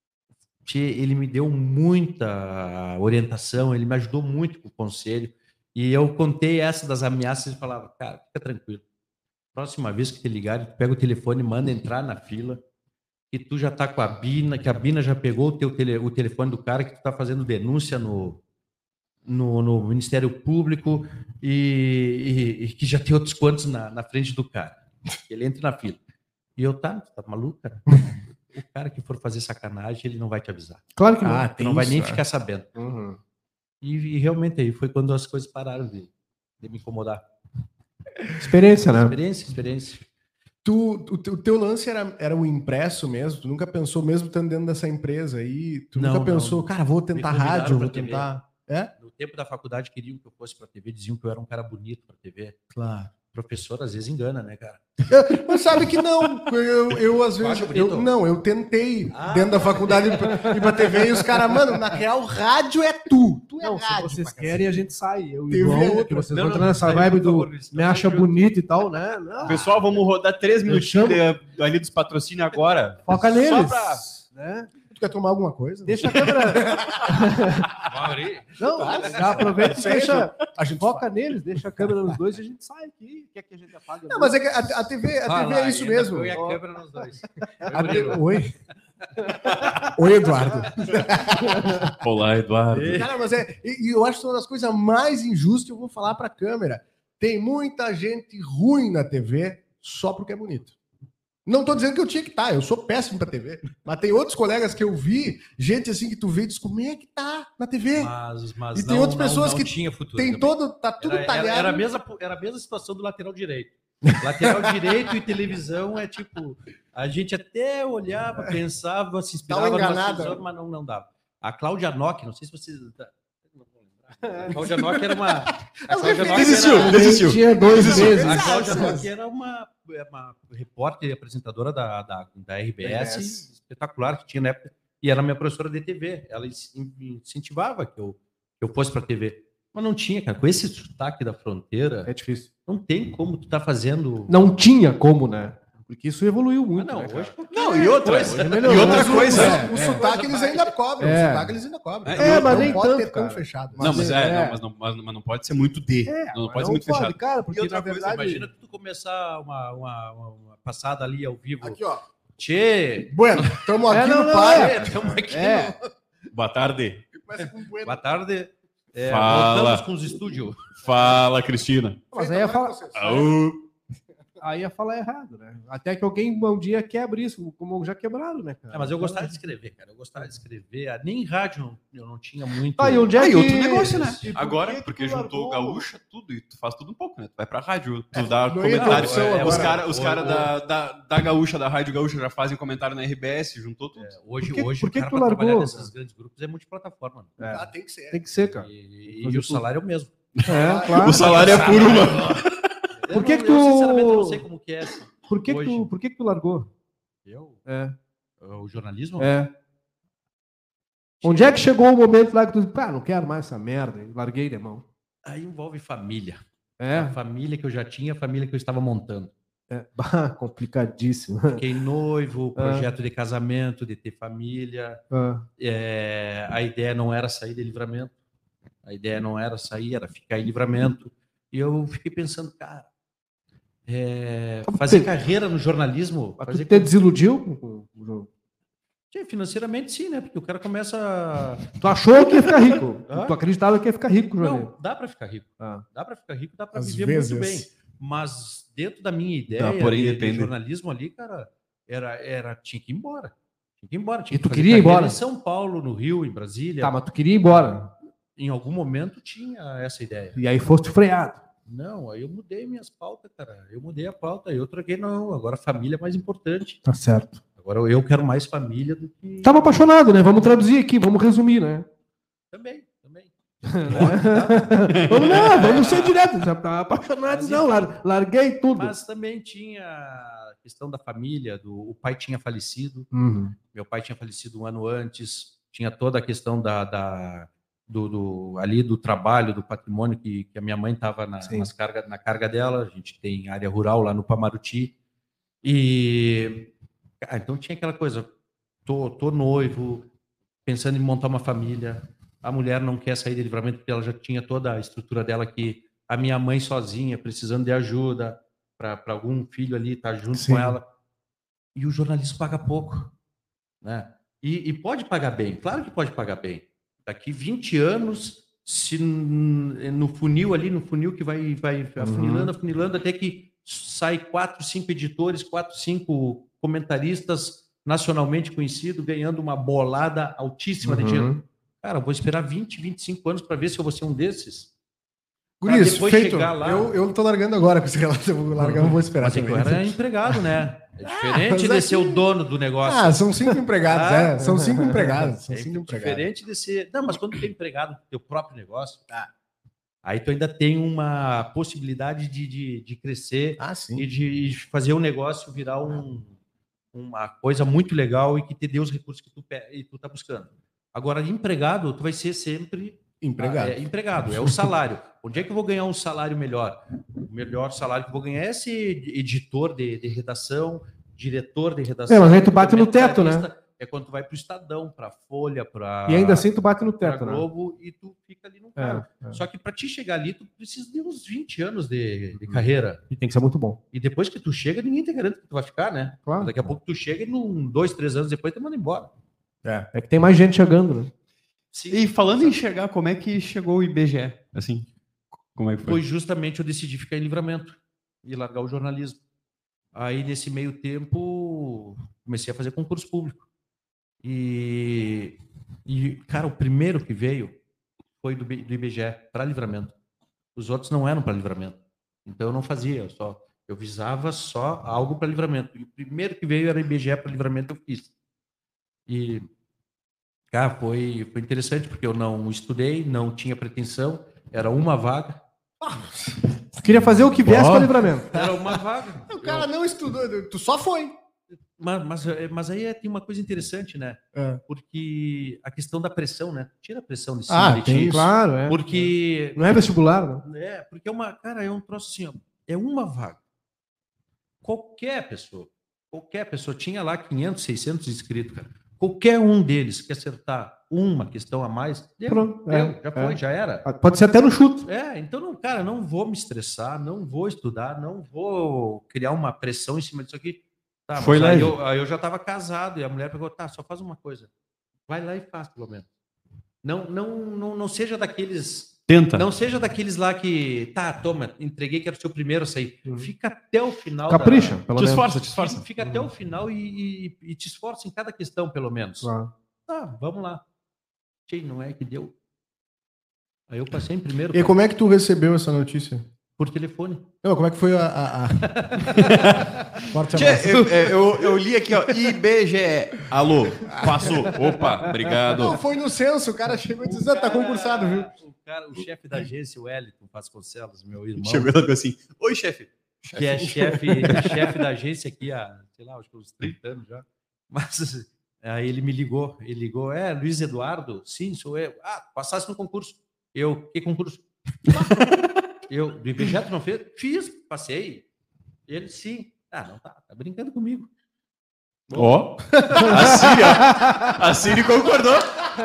Ele me deu muita orientação, ele me ajudou muito com o conselho. E eu contei essa das ameaças e falava, cara, fica tranquilo. Próxima vez que te ligarem, tu pega o telefone, manda entrar na fila, que tu já tá com a Bina, que a Bina já pegou o, teu tele, o telefone do cara, que tu tá fazendo denúncia no, no, no Ministério Público e, e, e que já tem outros quantos na, na frente do cara. Ele entra na fila. E eu, tá, tá maluco, cara? O cara que for fazer sacanagem, ele não vai te avisar. Claro que não. Ah, tu não isso, vai nem é. ficar sabendo. Uhum. E, e realmente aí foi quando as coisas pararam de, de me incomodar. Experiência, né? Experiência, experiência. Tu, o, teu, o teu lance era, era o impresso mesmo? Tu nunca pensou, mesmo estando dentro dessa empresa aí, tu não, nunca pensou, não. Cara, vou tentar rádio, vou tentar... É? No tempo da faculdade queriam que eu fosse pra T V, diziam que eu era um cara bonito pra T V. Claro. Professor às vezes engana, né, cara? Mas sabe que não. Eu, eu às vezes. Eu, não, eu tentei ah, dentro da faculdade ir pra T V e os caras, mano, na real, rádio é tu. Tu é não, rádio. Se vocês querem, a gente sai. Eu e João, que vocês não, vão entrar nessa vibe do favor, me acha bonito e tal, né? Não. Pessoal, vamos rodar três minutinhos ali dos patrocínios agora. Foca neles. Só pra... né? Tu quer tomar alguma coisa? Deixa a câmera. Não, já aproveita e deixa. A gente Foca faz. neles, deixa a câmera nos dois e a gente sai aqui. Quer que a gente apague? Não, mas é que a, a T V, a T V é isso mesmo. Eu e a câmera nos dois. A T V Oi. Oi, Eduardo. Olá, Eduardo. Cara, mas é. E, e eu acho que uma das coisas mais injustas, eu vou falar pra câmera. Tem muita gente ruim na T V só porque é bonito. Não tô dizendo que eu tinha que estar, eu sou péssimo pra T V. Mas tem outros colegas que eu vi, gente assim que tu vê e diz, como é que tá na T V? Mas, mas E tem não, outras pessoas não, não que tinha futuro Tem também. todo, tá tudo Era, era, talhado. era, a mesma, era a mesma situação do lateral direito. Lateral direito e televisão é tipo, a gente até olhava, pensava, se inspirava Dá uma numa enganada. situação, mas não, não dava. A Cláudia Nock, não sei se vocês... A Cláudia Nock era uma... A Cláudia Nock Desistiu, era, desistiu. Tinha dois meses. a Cláudia Nock era uma, uma repórter e apresentadora da, da, da R B S, R B S. espetacular, que tinha na época, e era minha professora de T V. Ela incentivava que eu, que eu fosse para a T V. Mas não tinha, cara. Com esse sotaque da fronteira, É difícil. não tem como tu tá fazendo... Não tinha como, né? Porque isso evoluiu Ah, muito. não, né, cara? hoje... Não, e outra, Coisa. e outra coisa. É, o sotaque eles ainda cobram. É. O sotaque eles ainda cobram. É, mas não nem pode tanto, ter tão cara. fechado. Não, mas, é, é. Não, mas, não, mas, mas não pode ser muito de. É, não mas pode ser muito pode, fechado. cara, E porque outra na coisa, verdade... imagina tu começar uma, uma, uma, uma passada ali ao vivo. Aqui, ó. Tchê! Bueno, estamos aqui É, não, no não, pai. é. Estamos aqui É. Boa tarde. Começa com bueno. Boa tarde. É, Fala. voltamos com os estúdios. Fala, Cristina. Mas aí ia falar, Aú. aí ia falar errado, né? Até que alguém um dia quebre isso, como já quebraram, né, cara? É, mas eu gostava de escrever, cara. Eu gostava de escrever. Ah, nem rádio não- eu não tinha muito. Ah, e onde é Aí, que... outro negócio, né? E por Agora, que que porque tu juntou largou? gaúcha, tudo, e tu faz tudo um pouco, né? Tu vai pra rádio, tu dá não ia ter comentário. opção É, os agora. caras os O- cara o- da, da, da gaúcha, da rádio gaúcha, já fazem comentário na R B S, juntou tudo. É, hoje, Por que- hoje por que o cara que tu pra trabalhar largou, nesses cara? grandes grupos é multiplataforma. Né? É, Ah, tem que ser. tem que ser, cara. E, Fazer e o tudo. salário é o mesmo. É, claro. O salário é por uma. Eu Por que não- que eu, tu- sinceramente, eu não sei como que é. assim. Por que que Hoje. tu, por que que tu largou? Eu? É, O jornalismo? é. Onde é que chegou o momento lá que tu disse, pá, não quero mais essa merda, e larguei de mão? Aí envolve família. É, A família que eu já tinha, a família que eu estava montando. é. Bah, complicadíssimo. Fiquei noivo, Ah. projeto de casamento, de ter família. Ah, É, a ideia não era sair de Livramento. A ideia não era sair, era ficar em Livramento. E eu fiquei pensando, cara, é, fazer carreira no jornalismo, mas fazer tu te desiludiu? com- com o jogo? Sim, financeiramente sim, né? Porque o cara começa. Tu achou que ia ficar rico? Hã? Tu acreditava que ia ficar rico com o Não, jornalismo? dá para ficar rico. Ah. Dá para ficar rico, dá para Às viver vezes. muito bem. Mas dentro da minha ideia Tá, porém de, de depende. jornalismo ali, cara, era, era, tinha que ir embora. Tinha que ir embora. Tinha E que tu fazer queria ir carreira embora? Em São Paulo, no Rio, em Brasília. Tá, mas tu queria ir embora. Em algum momento tinha essa ideia. E aí foste freado. Não, aí eu mudei minhas pautas, cara. Eu mudei a pauta. Eu troquei, não. Agora a família é mais importante. Tá certo. Agora eu quero mais família do que. Tava apaixonado, né? Vamos traduzir aqui, vamos resumir, né? Também, também. Vamos, não, vamos ser diretos. Já tava apaixonado, Mas não. enfim. lar- Larguei tudo. Mas também tinha a questão da família. Do... O pai tinha falecido. Uhum. Meu pai tinha falecido um ano antes. Tinha toda a questão da, da- do, do- ali do trabalho, do patrimônio que, que a minha mãe estava na, Sim. nas carga, na carga dela. A gente tem área rural lá no Pamaruti. E ah, então tinha aquela coisa, tô, tô noivo, pensando em montar uma família. A mulher não quer sair de Livramento porque ela já tinha toda a estrutura dela aqui. A minha mãe sozinha, precisando de ajuda para algum filho ali estar junto Sim. com ela. E o jornalismo paga pouco, né? E, e pode pagar bem, claro que pode pagar bem. Daqui vinte anos, se n- no funil ali, no funil que vai, vai afunilando, afunilando, até que sai quatro, cinco editores, quatro, cinco comentaristas nacionalmente conhecidos, ganhando uma bolada altíssima de Uhum. dinheiro. Cara, eu vou esperar vinte, vinte e cinco anos para ver se eu vou ser um desses. Guris, depois feito. chegar lá- Eu, eu tô largando agora com esse relato. Eu vou largar, não vou esperar. Mas é que eu também. era empregado, né? É diferente mas de aqui- ser o dono do negócio. Ah, são cinco empregados, Ah. é. São cinco empregados. São É cinco empregados. diferente de ser. Não, mas quando tu é empregado do teu próprio negócio, Ah. aí tu ainda tem uma possibilidade de, de, de crescer Ah, sim. e de de fazer o negócio virar um, uma coisa muito legal e que te dê os recursos que tu, pe- e tu tá buscando. Agora, empregado, tu vai ser sempre Empregado. ah, é, empregado, é o salário. Onde é que eu vou ganhar um salário melhor? O melhor salário que eu vou ganhar é ser editor de, de redação, diretor de redação. É, mas aí tu bate no teto, né? comentarista. é quando tu vai pro Estadão, pra Folha, pra... E ainda assim tu bate no pra teto, né? Globo, e tu fica ali no carro. É, é. Só que pra te chegar ali, tu precisa de uns vinte anos de, de carreira. E tem que ser muito bom. E depois que tu chega, ninguém te garante que tu vai ficar, né? Claro. Daqui a pouco tu chega e num dois, três anos depois tu manda embora. É. É que tem mais gente chegando, né? Sim. E falando em chegar, como é que chegou o I B G E? Assim, como é que foi? Foi justamente eu decidi ficar em Livramento e largar o jornalismo. Aí, nesse meio tempo, comecei a fazer concurso público. E, e cara, o primeiro que veio foi do, do I B G E, para Livramento. Os outros não eram para Livramento. Então, eu não fazia, eu, só, eu visava só algo para Livramento. E o primeiro que veio era I B G E para Livramento, eu fiz. E, cara, foi, foi interessante, porque eu não estudei, não tinha pretensão, era uma vaga. Tu queria fazer o que viesse Ó. para Livramento. Era uma vaga. O cara não estudou, tu só foi. Mas, mas, mas aí é, tem uma coisa interessante, né? É. Porque a questão da pressão, né? Tira a pressão de cima Ah, de tem ti. isso. Claro, é. Porque, Não é vestibular, né? é, porque é uma, cara, é um troço assim, ó, é uma vaga. Qualquer pessoa, qualquer pessoa, tinha lá quinhentos, seiscentos inscritos, cara. Qualquer um deles que acertar uma questão a mais, deu, Pronto, deu, é, já foi, é. já era. Pode ser até no chute. É, então, não, cara, não vou me estressar, não vou estudar, não vou criar uma pressão em cima disso aqui. Tá, Foi mas aí leve. eu, aí eu já estava casado e a mulher pegou, tá, só faz uma coisa. Vai lá e faz, pelo menos. Não, não, não, não seja daqueles... Tenta. Não seja daqueles lá que, tá, toma, entreguei que era o seu primeiro a sair. Uhum. Fica até o final. Capricha, da... pelo Te menos. esforça, te esforça. Fica até o final e, e, e te esforça em cada questão, pelo menos. Claro. Tá, vamos lá. Tchê, não é que deu. Aí eu passei em primeiro, E cara, como é que tu recebeu essa notícia? por telefone. Não, como é que foi a... a, a... Forte Tchê, abraço. eu, eu, eu li aqui, ó, I B G E. Alô, passou. Opa, obrigado. Não, foi no censo, o cara chegou e disse, ah, tá concursado, viu? O, cara, o chefe da agência, o Wellington Vasconcelos, meu irmão, Chegou ela assim, oi, chefe. que é chefe, chefe da agência aqui há, sei lá, acho que uns trinta anos já. Mas aí ele me ligou, ele ligou, é, Luiz Eduardo? Sim, sou eu. Ah, passasse no concurso. Eu, que concurso? Eu, do I B G E, tu não fez? Fiz, passei. Ele, sim. Ah, não, tá, tá brincando comigo. Ó, a Siri, ó. A Siri concordou.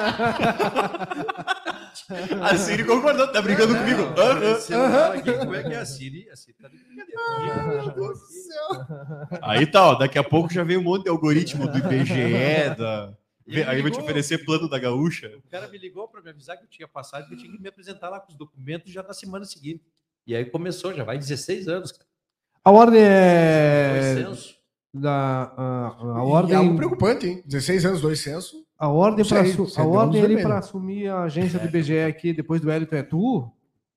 A Siri concordou, tá brincando comigo. Aham. Esse celular aqui, como é que é a Siri? A Siri tá de brincadeira. Meu Deus do céu. Aí tá, ó, daqui a pouco já veio um monte de algoritmo do I B G E, da... Ele aí vai te ligou. oferecer plano da gaúcha. O cara me ligou para me avisar que eu tinha passado, que eu tinha que me apresentar lá com os documentos já na semana seguinte. E aí começou, já vai dezesseis anos, cara. A ordem Foi é... censo. Da, a, a E ordem... algo preocupante, hein? dezesseis anos, dois censos. A ordem, Isso pra, aí, assu- você a deu ordem uns ali vermelhos. para assumir a agência do I B G E aqui, depois do Hélito, é tu?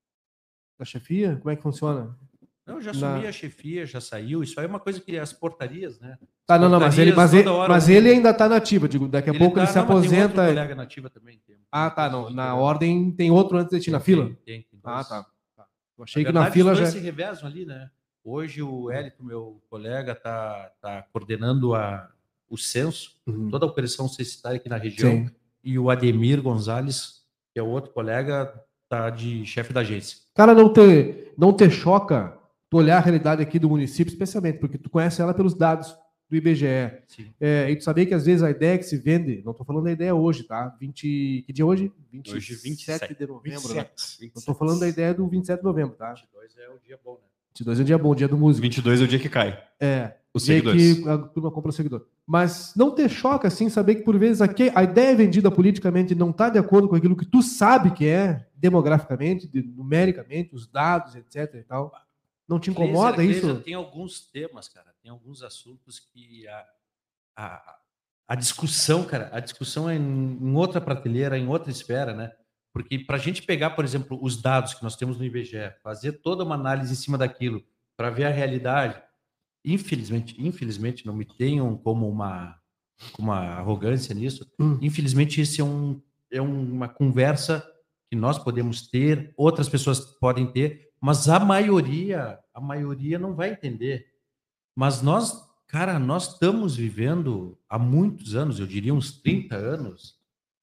Da chefia? Como é que funciona? Não, já Na- assumi a chefia, já saiu. Isso aí é uma coisa que as portarias, né? Ah, não, não, mas ele, mas ele, Toda hora mas um- ele ainda está nativo. Digo, daqui a pouco tá- ele se não, mas tem outro aposenta. colega nativa também. Tem- Ah, tá, não. tem Na outro ordem tem outro antes de ti, na fila? Tem, tem, tem Ah, dois. tá. Tá. Eu achei Na que na verdade, fila os já. dois se revezam ali, né? Hoje o Hélito, meu colega, tá, tá coordenando a, o censo, Uhum. toda a operação censitária aqui na região. Sim. E o Ademir Gonzalez, que é o outro colega, tá de chefe da agência. Cara, não te, não te choca tu olhar a realidade aqui do município, especialmente porque tu conhece ela pelos dados do I B G E. Sim. É, e tu sabia que às vezes a ideia que se vende, não estou falando da ideia hoje, tá? vinte, que dia é hoje? vinte e Hoje, vinte e sete sete. de novembro, né? vinte e Eu estou falando da ideia do vinte e sete de novembro, tá? vinte e dois é o dia bom, né? vinte e dois é um dia bom, dia do músico. vinte e dois é o dia que cai. É. Os Dia seguidores. que a turma compra o seguidor. Mas não te choca, assim, saber que por vezes aqui, a ideia vendida politicamente não está de acordo com aquilo que tu sabe que é, demograficamente, de- numericamente, os dados, etc e tal. Não te incomoda Cleiser, isso? Cleiser, tem alguns temas, cara, tem alguns assuntos que a, a, a discussão, cara, a discussão é em, em outra prateleira, em outra esfera, né? Porque para a gente pegar, por exemplo, os dados que nós temos no I B G E, fazer toda uma análise em cima daquilo, para ver a realidade, infelizmente, infelizmente, não me tenham como uma, uma arrogância nisso, Hum. infelizmente, isso é, um, é uma conversa que nós podemos ter, outras pessoas podem ter, mas a maioria, a maioria não vai entender. Mas nós, cara, nós estamos vivendo há muitos anos, eu diria uns trinta anos,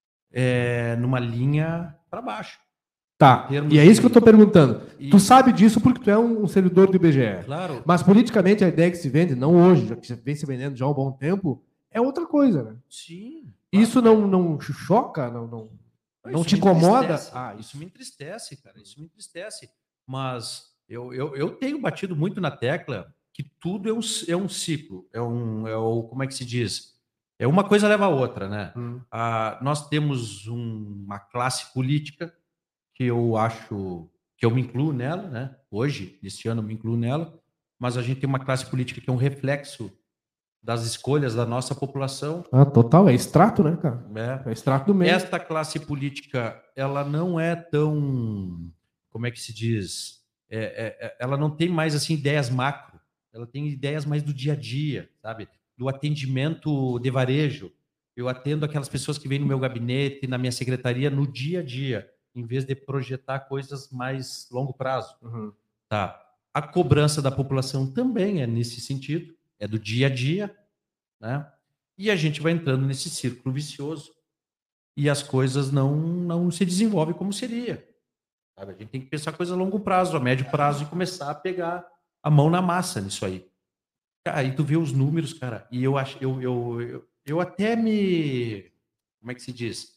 é, numa linha para baixo. Tá, em termos e é isso de- que eu estou perguntando. E- Tu sabe disso porque tu é um, um servidor do I B G E. Claro, Mas politicamente a ideia que se vende, não hoje, já que vem se vendendo já há um bom tempo, é outra coisa, né? Sim. Isso não, não choca? Não, não, não Isso te me incomoda? entristece. Ah, Isso me entristece, cara. Isso me entristece. Mas eu, eu, eu tenho batido muito na tecla que tudo é um, é um ciclo. É um, é o, como é que se diz? É uma coisa leva a outra, né? Hum. Ah, nós temos um- uma classe política que eu acho que eu me incluo nela, né? Hoje, nesse ano, eu me incluo nela, mas a gente tem uma classe política que é um reflexo das escolhas da nossa população. Ah, total. É extrato, né, cara? Né? É extrato do meio. Esta classe política, ela não é tão, como é que se diz? É, é, é, ela não tem mais assim ideias macro. Ela tem ideias mais do dia a dia, sabe? Do atendimento de varejo. Eu atendo aquelas pessoas que vêm no meu gabinete, na minha secretaria, no dia a dia, em vez de projetar coisas mais longo prazo. Uhum. Tá? A cobrança da população também é nesse sentido, é do dia a dia, né? E a gente vai entrando nesse círculo vicioso e as coisas não, não se desenvolvem como seria. Sabe? A gente tem que pensar coisa a longo prazo, a médio prazo, e começar a pegar a mão na massa nisso aí. Aí tu vê os números, cara, e eu acho, eu, eu, eu, eu até me, como é que se diz?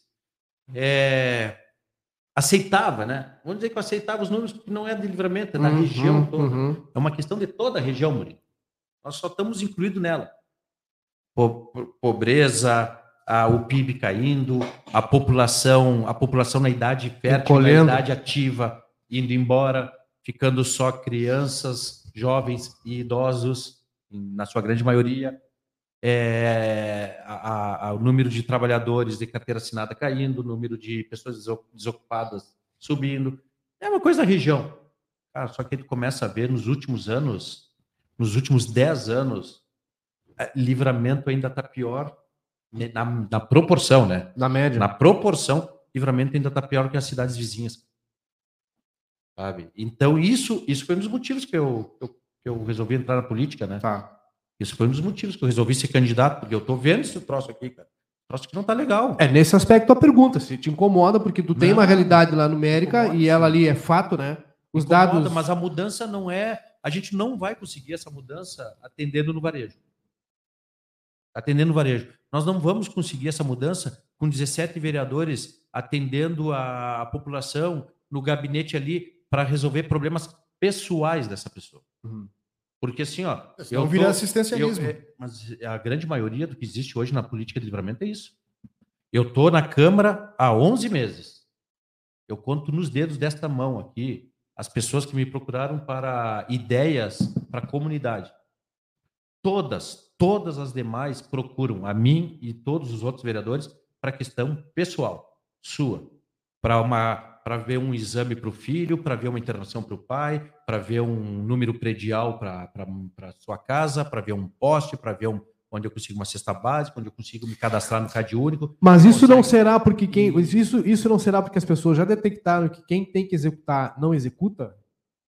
É, aceitava, né? Vamos dizer que eu aceitava os números, porque não é de Livramento, é da Uhum, região toda. uhum. É uma questão de toda a região, Murilo. Nós só estamos incluídos nela. Po- Pobreza, a, o P I B caindo, a população, a população na idade fértil, na Encolhendo. idade ativa, indo embora, ficando só crianças, jovens e idosos, na sua grande maioria. É, a, a, o número de trabalhadores de carteira assinada caindo, o número de pessoas desocupadas subindo. É uma coisa da região. Cara, só que a gente começa a ver nos últimos anos, nos últimos dez anos, Livramento ainda está pior na, na proporção, né? Na média. Na proporção, Livramento ainda está pior que as cidades vizinhas. Sabe? Então, isso, isso foi um dos motivos que eu, eu, que eu resolvi entrar na política, né? Tá. Isso foi um dos motivos que eu resolvi ser candidato, porque eu tô vendo esse troço aqui, cara. Esse troço que não tá legal. É nesse aspecto a pergunta, se te incomoda, porque tu tem Não, uma realidade lá numérica incomoda, e ela sim. ali é fato, né? Os Incomoda, dados. mas a mudança não é... A gente não vai conseguir essa mudança atendendo no varejo. Atendendo no varejo. Nós não vamos conseguir essa mudança com dezessete vereadores atendendo a, a população no gabinete ali para resolver problemas pessoais dessa pessoa. Uhum. Porque assim, ó... Não vira assistencialismo. Eu, é, mas a grande maioria do que existe hoje na política de Livramento é isso. Eu estou na Câmara há onze meses. Eu conto nos dedos desta mão aqui as pessoas que me procuraram para ideias para a comunidade. Todas, todas as demais procuram a mim e todos os outros vereadores para questão pessoal, sua. Para uma para ver um exame para o filho, para ver uma internação para o pai, para ver um número predial para a sua casa, para ver um poste, para ver um, onde eu consigo uma cesta básica, onde eu consigo me cadastrar no Cade Único. Mas isso Consegue. não será porque quem. Isso, isso não será porque as pessoas já detectaram que quem tem que executar não executa?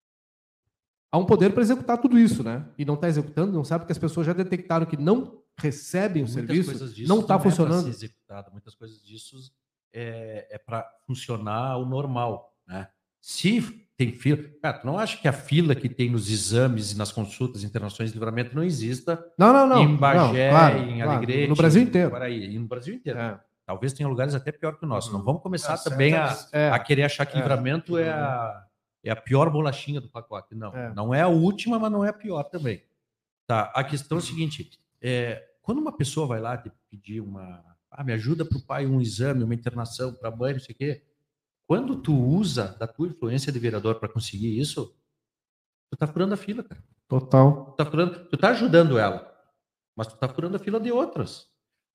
Há um poder para executar tudo isso, né? E não está executando, não sabe porque as pessoas já detectaram que não recebem o Muitas serviço, coisas disso não está é pra funcionando. ser executado. Muitas coisas disso é, é para funcionar o normal, né? Se tem fila... Cara, tu não acha que a fila que tem nos exames e nas consultas, internações de livramento não exista Não, não, não. em Bagé, não, claro, em claro. Alegrete, No Brasil em inteiro. Guaraí, e no Brasil inteiro. É. Talvez tenha lugares até pior que o nosso. Uhum. Não vamos começar É, também a, é. a querer achar que É. livramento é, a, é a pior bolachinha do pacote. Não, É. não é a última, mas não é a pior também. Tá, a questão é a seguinte, é, quando uma pessoa vai lá te pedir uma... Ah, me ajuda para o pai um exame, uma internação para a mãe, não sei o quê. Quando tu usa da tua influência de vereador para conseguir isso, tu tá furando a fila, cara. Total. Tu tá, furando, tu tá ajudando ela, mas tu tá furando a fila de outras.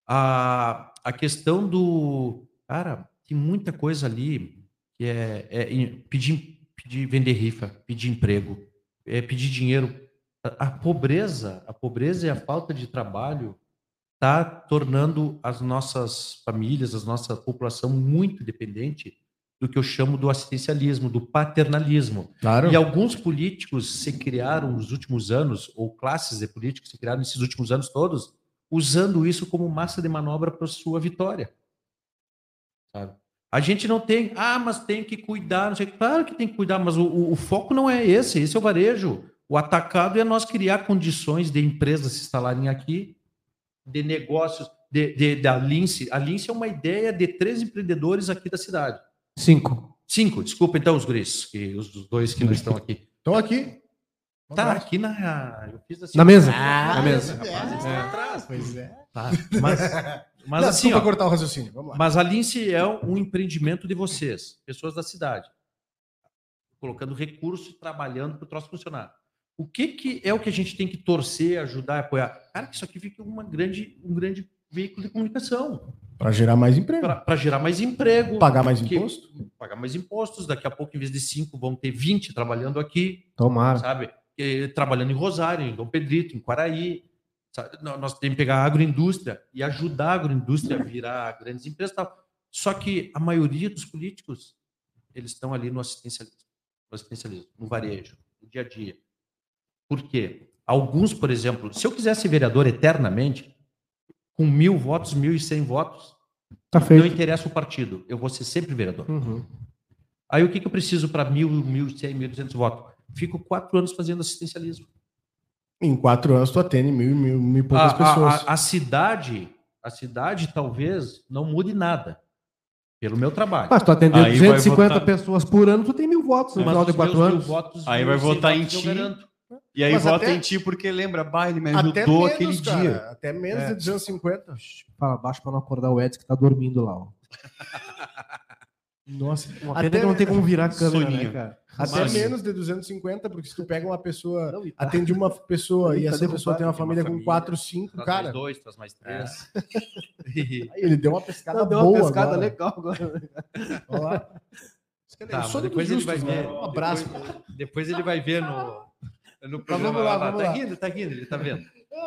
A, a questão do... Cara, tem muita coisa ali que é, é pedir, pedir, vender rifa, pedir emprego, é pedir dinheiro. A, a pobreza, a pobreza e a falta de trabalho está tornando as nossas famílias, a nossa população muito dependente do que eu chamo do assistencialismo, do paternalismo. Claro. E alguns políticos se criaram nos últimos anos, ou classes de políticos se criaram nesses últimos anos todos, usando isso como massa de manobra para sua vitória. Sabe? A gente não tem, ah, mas tem que cuidar, não sei, claro que tem que cuidar, mas o, o, o foco não é esse, esse é o varejo. O atacado é nós criar condições de empresas se instalarem aqui, de negócios, de, de, da Lince. A Lince é uma ideia de três empreendedores aqui da cidade. Cinco. Cinco, desculpa então os guris, que os dois que não estão aqui. Estão aqui. Tá, aqui na... Eu fiz assim, Na mesa. Ah, na mesa. Rapaz, eles é. estão atrás. Pois é. Tá, mas mas Não, assim, desculpa ó, cortar o raciocínio. Vamos lá. mas a Lince é um empreendimento de vocês, pessoas da cidade, colocando recurso e trabalhando para o troço funcionar. O que, que é o que a gente tem que torcer, ajudar, apoiar? Cara, que isso aqui fique uma grande, um grande veículo de comunicação. Para gerar mais emprego. Para gerar mais emprego. Pagar mais que- imposto. Pagar mais impostos. Daqui a pouco, em vez de cinco, vão ter vinte trabalhando aqui, Tomara. sabe? E, trabalhando em Rosário, em Dom Pedrito, em Quaraí. Sabe? Nó- Nós temos que pegar a agroindústria e ajudar a agroindústria a virar grandes empresas e tal. Só que a maioria dos políticos, eles estão ali no assistencialismo, no assistencialismo, no varejo, no dia a dia. Por quê? Alguns, por exemplo, se eu quisesse ser vereador eternamente, com mil votos, mil e cem votos, Tá não feito. interessa o partido, eu vou ser sempre vereador. Uhum. Aí o que, que eu preciso para mil, mil e cem, mil e duzentos votos? Fico quatro anos fazendo assistencialismo. Em quatro anos tu atende mil, mil, mil e A, poucas pessoas. a, a, a cidade, a cidade talvez não mude nada pelo meu trabalho. Mas tu atendendo Aí vai duzentas e cinquenta votar- pessoas por ano, tu tem mil votos no Mas final de os quatro meus mil anos. votos, Aí mil vai e cem votar em votos eu ti. garanto. E aí Mas vota até- em ti porque lembra, bah, ele me Até ajudou menos, aquele cara, dia. Até menos É. de duzentos e cinquenta. Fala baixo pra não acordar o Edson que tá dormindo lá, ó. Nossa, Uma pena até, que não tem como virar a câmera, Soninho. né, cara? até Mas- menos de duzentos e cinquenta, porque se tu pega uma pessoa, Não, e tá- atende uma pessoa e Tá essa pessoa derrubado, tem uma tem uma família com família, quatro, cinco, Traz cara. mais dois, traz mais três. Aí ele deu uma pescada Não, deu boa uma pescada agora. legal agora. Olha lá. Tá, Eu mas sou do depois ele Justus, vai né? ver. Um abraço. Depois, depois ele vai ver no, no Mas programa. vamos lá, vamos tá lá. rindo, tá rindo, ele tá vendo.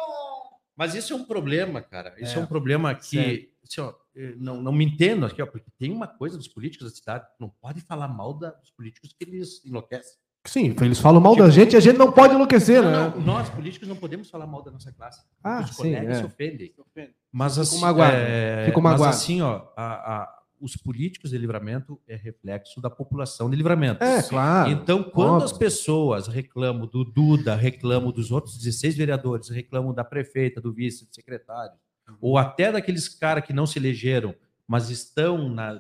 Mas isso é um problema, cara. Isso é, É, um problema que. sério. Assim, ó, eu não, não me entendo aqui, ó, porque tem uma coisa dos políticos da cidade, não pode falar mal da- dos políticos que eles enlouquecem. Sim, eles falam mal da gente e a gente não pode enlouquecer, Não, né? não, nós, políticos, não podemos falar mal da nossa classe. Ah, Os sim, colegas é. se ofendem. Mas assim, magoado, é, fico mas magoado. assim, ó, a- a- os políticos de Livramento é reflexo da população de Livramento. É, claro. Então, quando óbvio. as pessoas reclamam do Duda, reclamam dos outros dezesseis vereadores, reclamam da prefeita, do vice, do secretário, ou até daqueles caras que não se elegeram, mas estão na,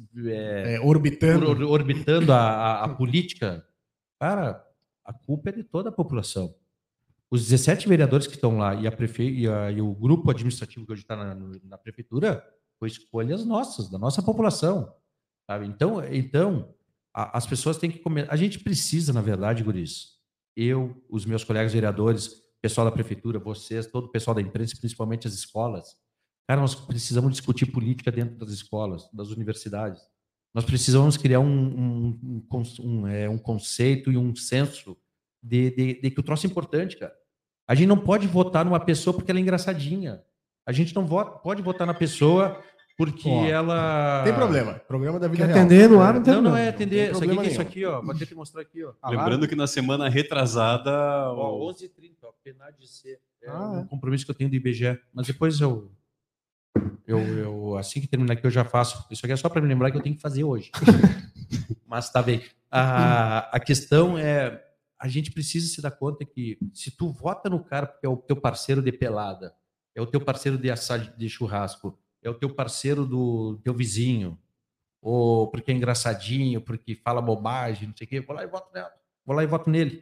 é, É, orbitando. or- orbitando a, a- a política, cara, a culpa é de toda a população. Os dezessete vereadores que estão lá e, a prefe... e, a- e o grupo administrativo que hoje está na, no- na prefeitura foi escolhas nossas, da nossa população. Sabe? Então, então a- as pessoas têm que comer. A gente precisa, na verdade, guris, eu, os meus colegas vereadores, pessoal da prefeitura, vocês, todo o pessoal da imprensa, principalmente as escolas, cara, nós precisamos discutir política dentro das escolas, das universidades. Nós precisamos criar um, um, um, con- um, é, um conceito e um senso de, de, de que o troço é importante, cara. A gente não pode votar numa pessoa porque ela é engraçadinha. A gente não vota, pode votar na pessoa porque Ó, ela... Tem problema. Programa da vida Quer real. atender no ar, não tem Não, não problema. é atender. Não Isso tem aqui, problema isso nenhum. aqui, ó. Vou ter que mostrar aqui, ó. Ah, lá? Lembrando que na semana retrasada. Ó, o- onze e trinta, ó. Penar de ser. É Ah, um é. compromisso que eu tenho do I B G E. Mas depois eu, eu, eu. Assim que terminar aqui, eu já faço. Isso aqui é só para me lembrar que eu tenho que fazer hoje. Mas tá bem. A, a questão é. A gente precisa se dar conta que se tu vota no cara porque é o teu parceiro de pelada, é o teu parceiro de assado de churrasco, é o teu parceiro do teu vizinho, ou porque é engraçadinho, porque fala bobagem, não sei o quê, vou lá e voto nela. Vou lá e voto nele.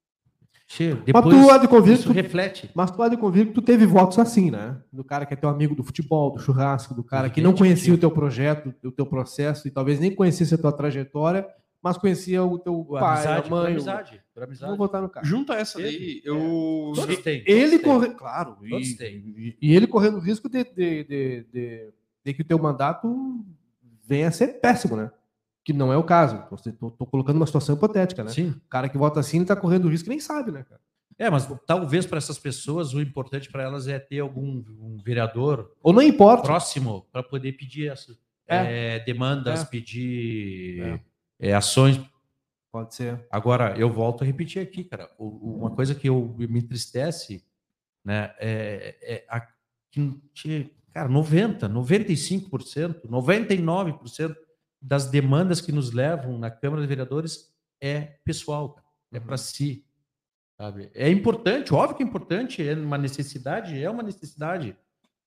Che, Mas depois tu há de convir que isso tu, reflete. mas tu há de convir que tu teve votos assim, né? Do cara que é teu amigo do futebol, do churrasco, do cara que não Evidente que conhecia sim. o teu projeto, o teu processo e talvez nem conhecesse a tua trajetória, mas conhecia o teu Por pai, amizade, a mãe. por o- amizade, por amizade. Vou votar no cara. Junto a essa daí, eu. Todos têm. Ele todos têm. corre, claro, Todos e, têm. e- e ele correndo o risco de, de, de, de, de que o teu mandato venha a ser péssimo, né? Que não é o caso. Tô, tô, tô colocando uma situação hipotética, né? Sim. O cara que vota assim, ele tá correndo o risco e nem sabe, né, cara? É, mas talvez para essas pessoas o importante para elas é ter algum um vereador Ou não importa. próximo para poder pedir essas É. é, demandas, É. pedir é, ações. Pode ser. Agora, eu volto a repetir aqui, cara. o- o- Uma coisa que eu, me entristece, né, é, é a, que, cara, noventa, noventa e cinco por cento, noventa e nove por cento das demandas que nos levam na Câmara de Vereadores é pessoal, cara. É para si. Sabe? É importante, óbvio que é importante, é uma necessidade, é uma necessidade.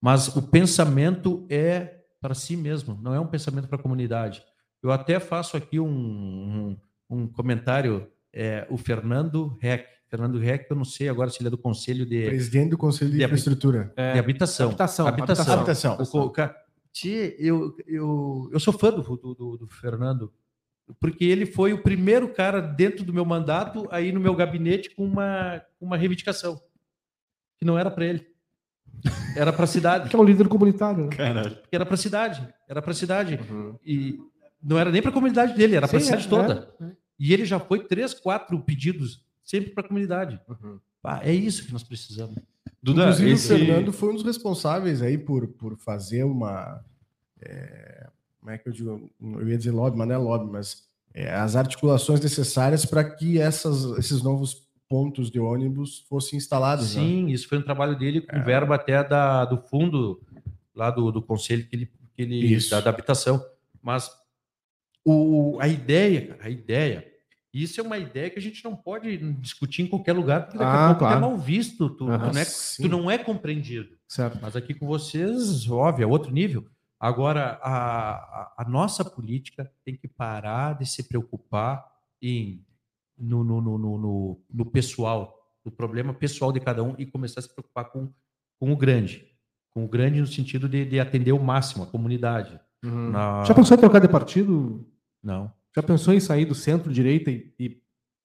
Mas o pensamento é para si mesmo, não é um pensamento para a comunidade. Eu até faço aqui um, um, um comentário, é, o Fernando Reck. Fernando Reck, eu não sei agora se ele é do Conselho de... Presidente do Conselho de, de Infraestrutura. É, de Habitação. Habitação. Habitação. Habitação. habitação. O, o, tchê, eu, eu, eu sou fã do, do, do Fernando, porque ele foi o primeiro cara dentro do meu mandato aí no meu gabinete com uma, uma reivindicação, que não era para ele. Era para a cidade. Que é um líder comunitário, né? Caralho. Era para a cidade. Era para a cidade. Uhum. E não era nem para a comunidade dele, era para a Sim, cidade é, toda. é, é. E ele já foi três, quatro pedidos sempre para a comunidade. Uhum. Ah, é isso que nós precisamos. Duda, Inclusive, esse... o Fernando foi um dos responsáveis aí por, por fazer uma... É, como é que eu digo? Eu ia dizer lobby, mas não é lobby, mas é, as articulações necessárias para que essas, esses novos pontos de ônibus fossem instalados. Sim, né? isso foi um trabalho dele com É. verba até da, do fundo lá do, do conselho que ele, que ele da, da habitação. Mas o, a ideia, cara, a ideia, isso é uma ideia que a gente não pode discutir em qualquer lugar, porque daqui Ah, a pouco claro. é mal visto, tu, Aham, tu, não é, sim. tu não é compreendido. Certo. Mas aqui com vocês, óbvio, é outro nível. Agora, a, a, a nossa política tem que parar de se preocupar em, no, no, no, no, no pessoal, no problema pessoal de cada um e começar a se preocupar com, com o grande. Com o grande no sentido de, de atender o máximo, a comunidade. Uhum. Na... Já pensou em trocar de partido? Não. Já pensou em sair do centro-direita e... e...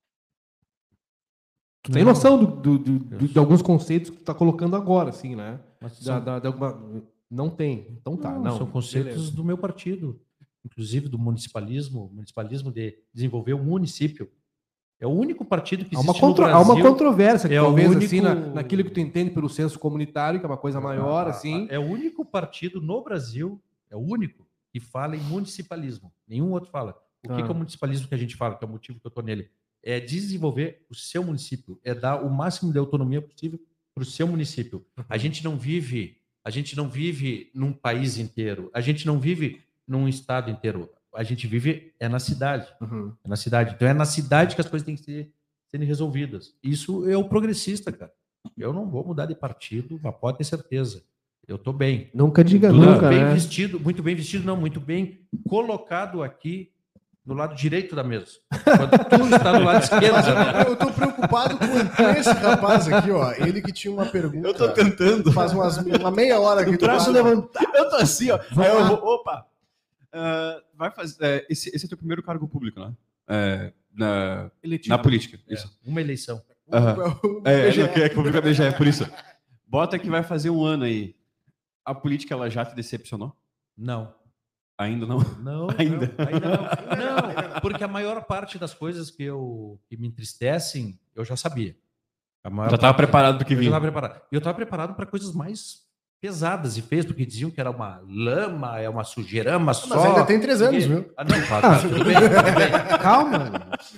Tu tem Não. noção do, do, do, do, de alguns conceitos que tu tá colocando agora, assim, né? Mas Da, são, da, de alguma... Não tem. Então tá, não, não. são conceitos Beleza. do meu partido, inclusive do municipalismo, municipalismo de desenvolver o município. É o único partido que Há uma, existe no contro... Há Brasil. uma controvérsia, que é o talvez, único- assim, na, naquilo que tu entende pelo senso comunitário, que é uma coisa maior, Ah, assim. É o único partido no Brasil, é o único, que fala em municipalismo. Nenhum outro fala. O que, Ah. que é o municipalismo que a gente fala, que é o motivo que eu estou nele? É desenvolver o seu município, é dar o máximo de autonomia possível para o seu município. A gente não vive, a gente não vive num país inteiro, a gente não vive num estado inteiro. A gente vive é na cidade. Uhum. É na cidade. Então é na cidade que as coisas têm que ser, serem resolvidas. Isso é o progressista, cara. Eu não vou mudar de partido, mas pode ter certeza. Eu estou bem. Nunca diga Tudo nunca, bem né? vestido, muito bem vestido, não, muito bem colocado aqui do lado direito da mesa. Quando tu está do lado esquerdo, né? Eu tô preocupado com, com esse rapaz aqui, ó. Ele que tinha uma pergunta. Eu tô tentando. Faz umas, uma meia hora que O braço tu- levantado. Eu tô assim, ó. Vai Aí eu lá. vou, opa. Ah, vai fazer, é, esse, esse é teu primeiro cargo público, né? É, na, Eletivo. na política. É, Isso. uma eleição. Aham. O- É, é, o- é, é público B G E, é por isso. Bota que vai fazer um ano aí. A política, ela já te decepcionou? Não. Ainda não? Não, Ainda. não, ainda não. Não, porque a maior parte das coisas que, eu, que me entristecem, eu já sabia. A maior Já estava parte- preparado para o que Eu já vinha. estava preparado. E eu estava preparado para coisas mais pesadas e feias, porque diziam que era uma lama, é uma sujeirama só. Mas ainda tem três anos, viu? Ah, não, tá, tá, tudo bem, tudo bem. Calma.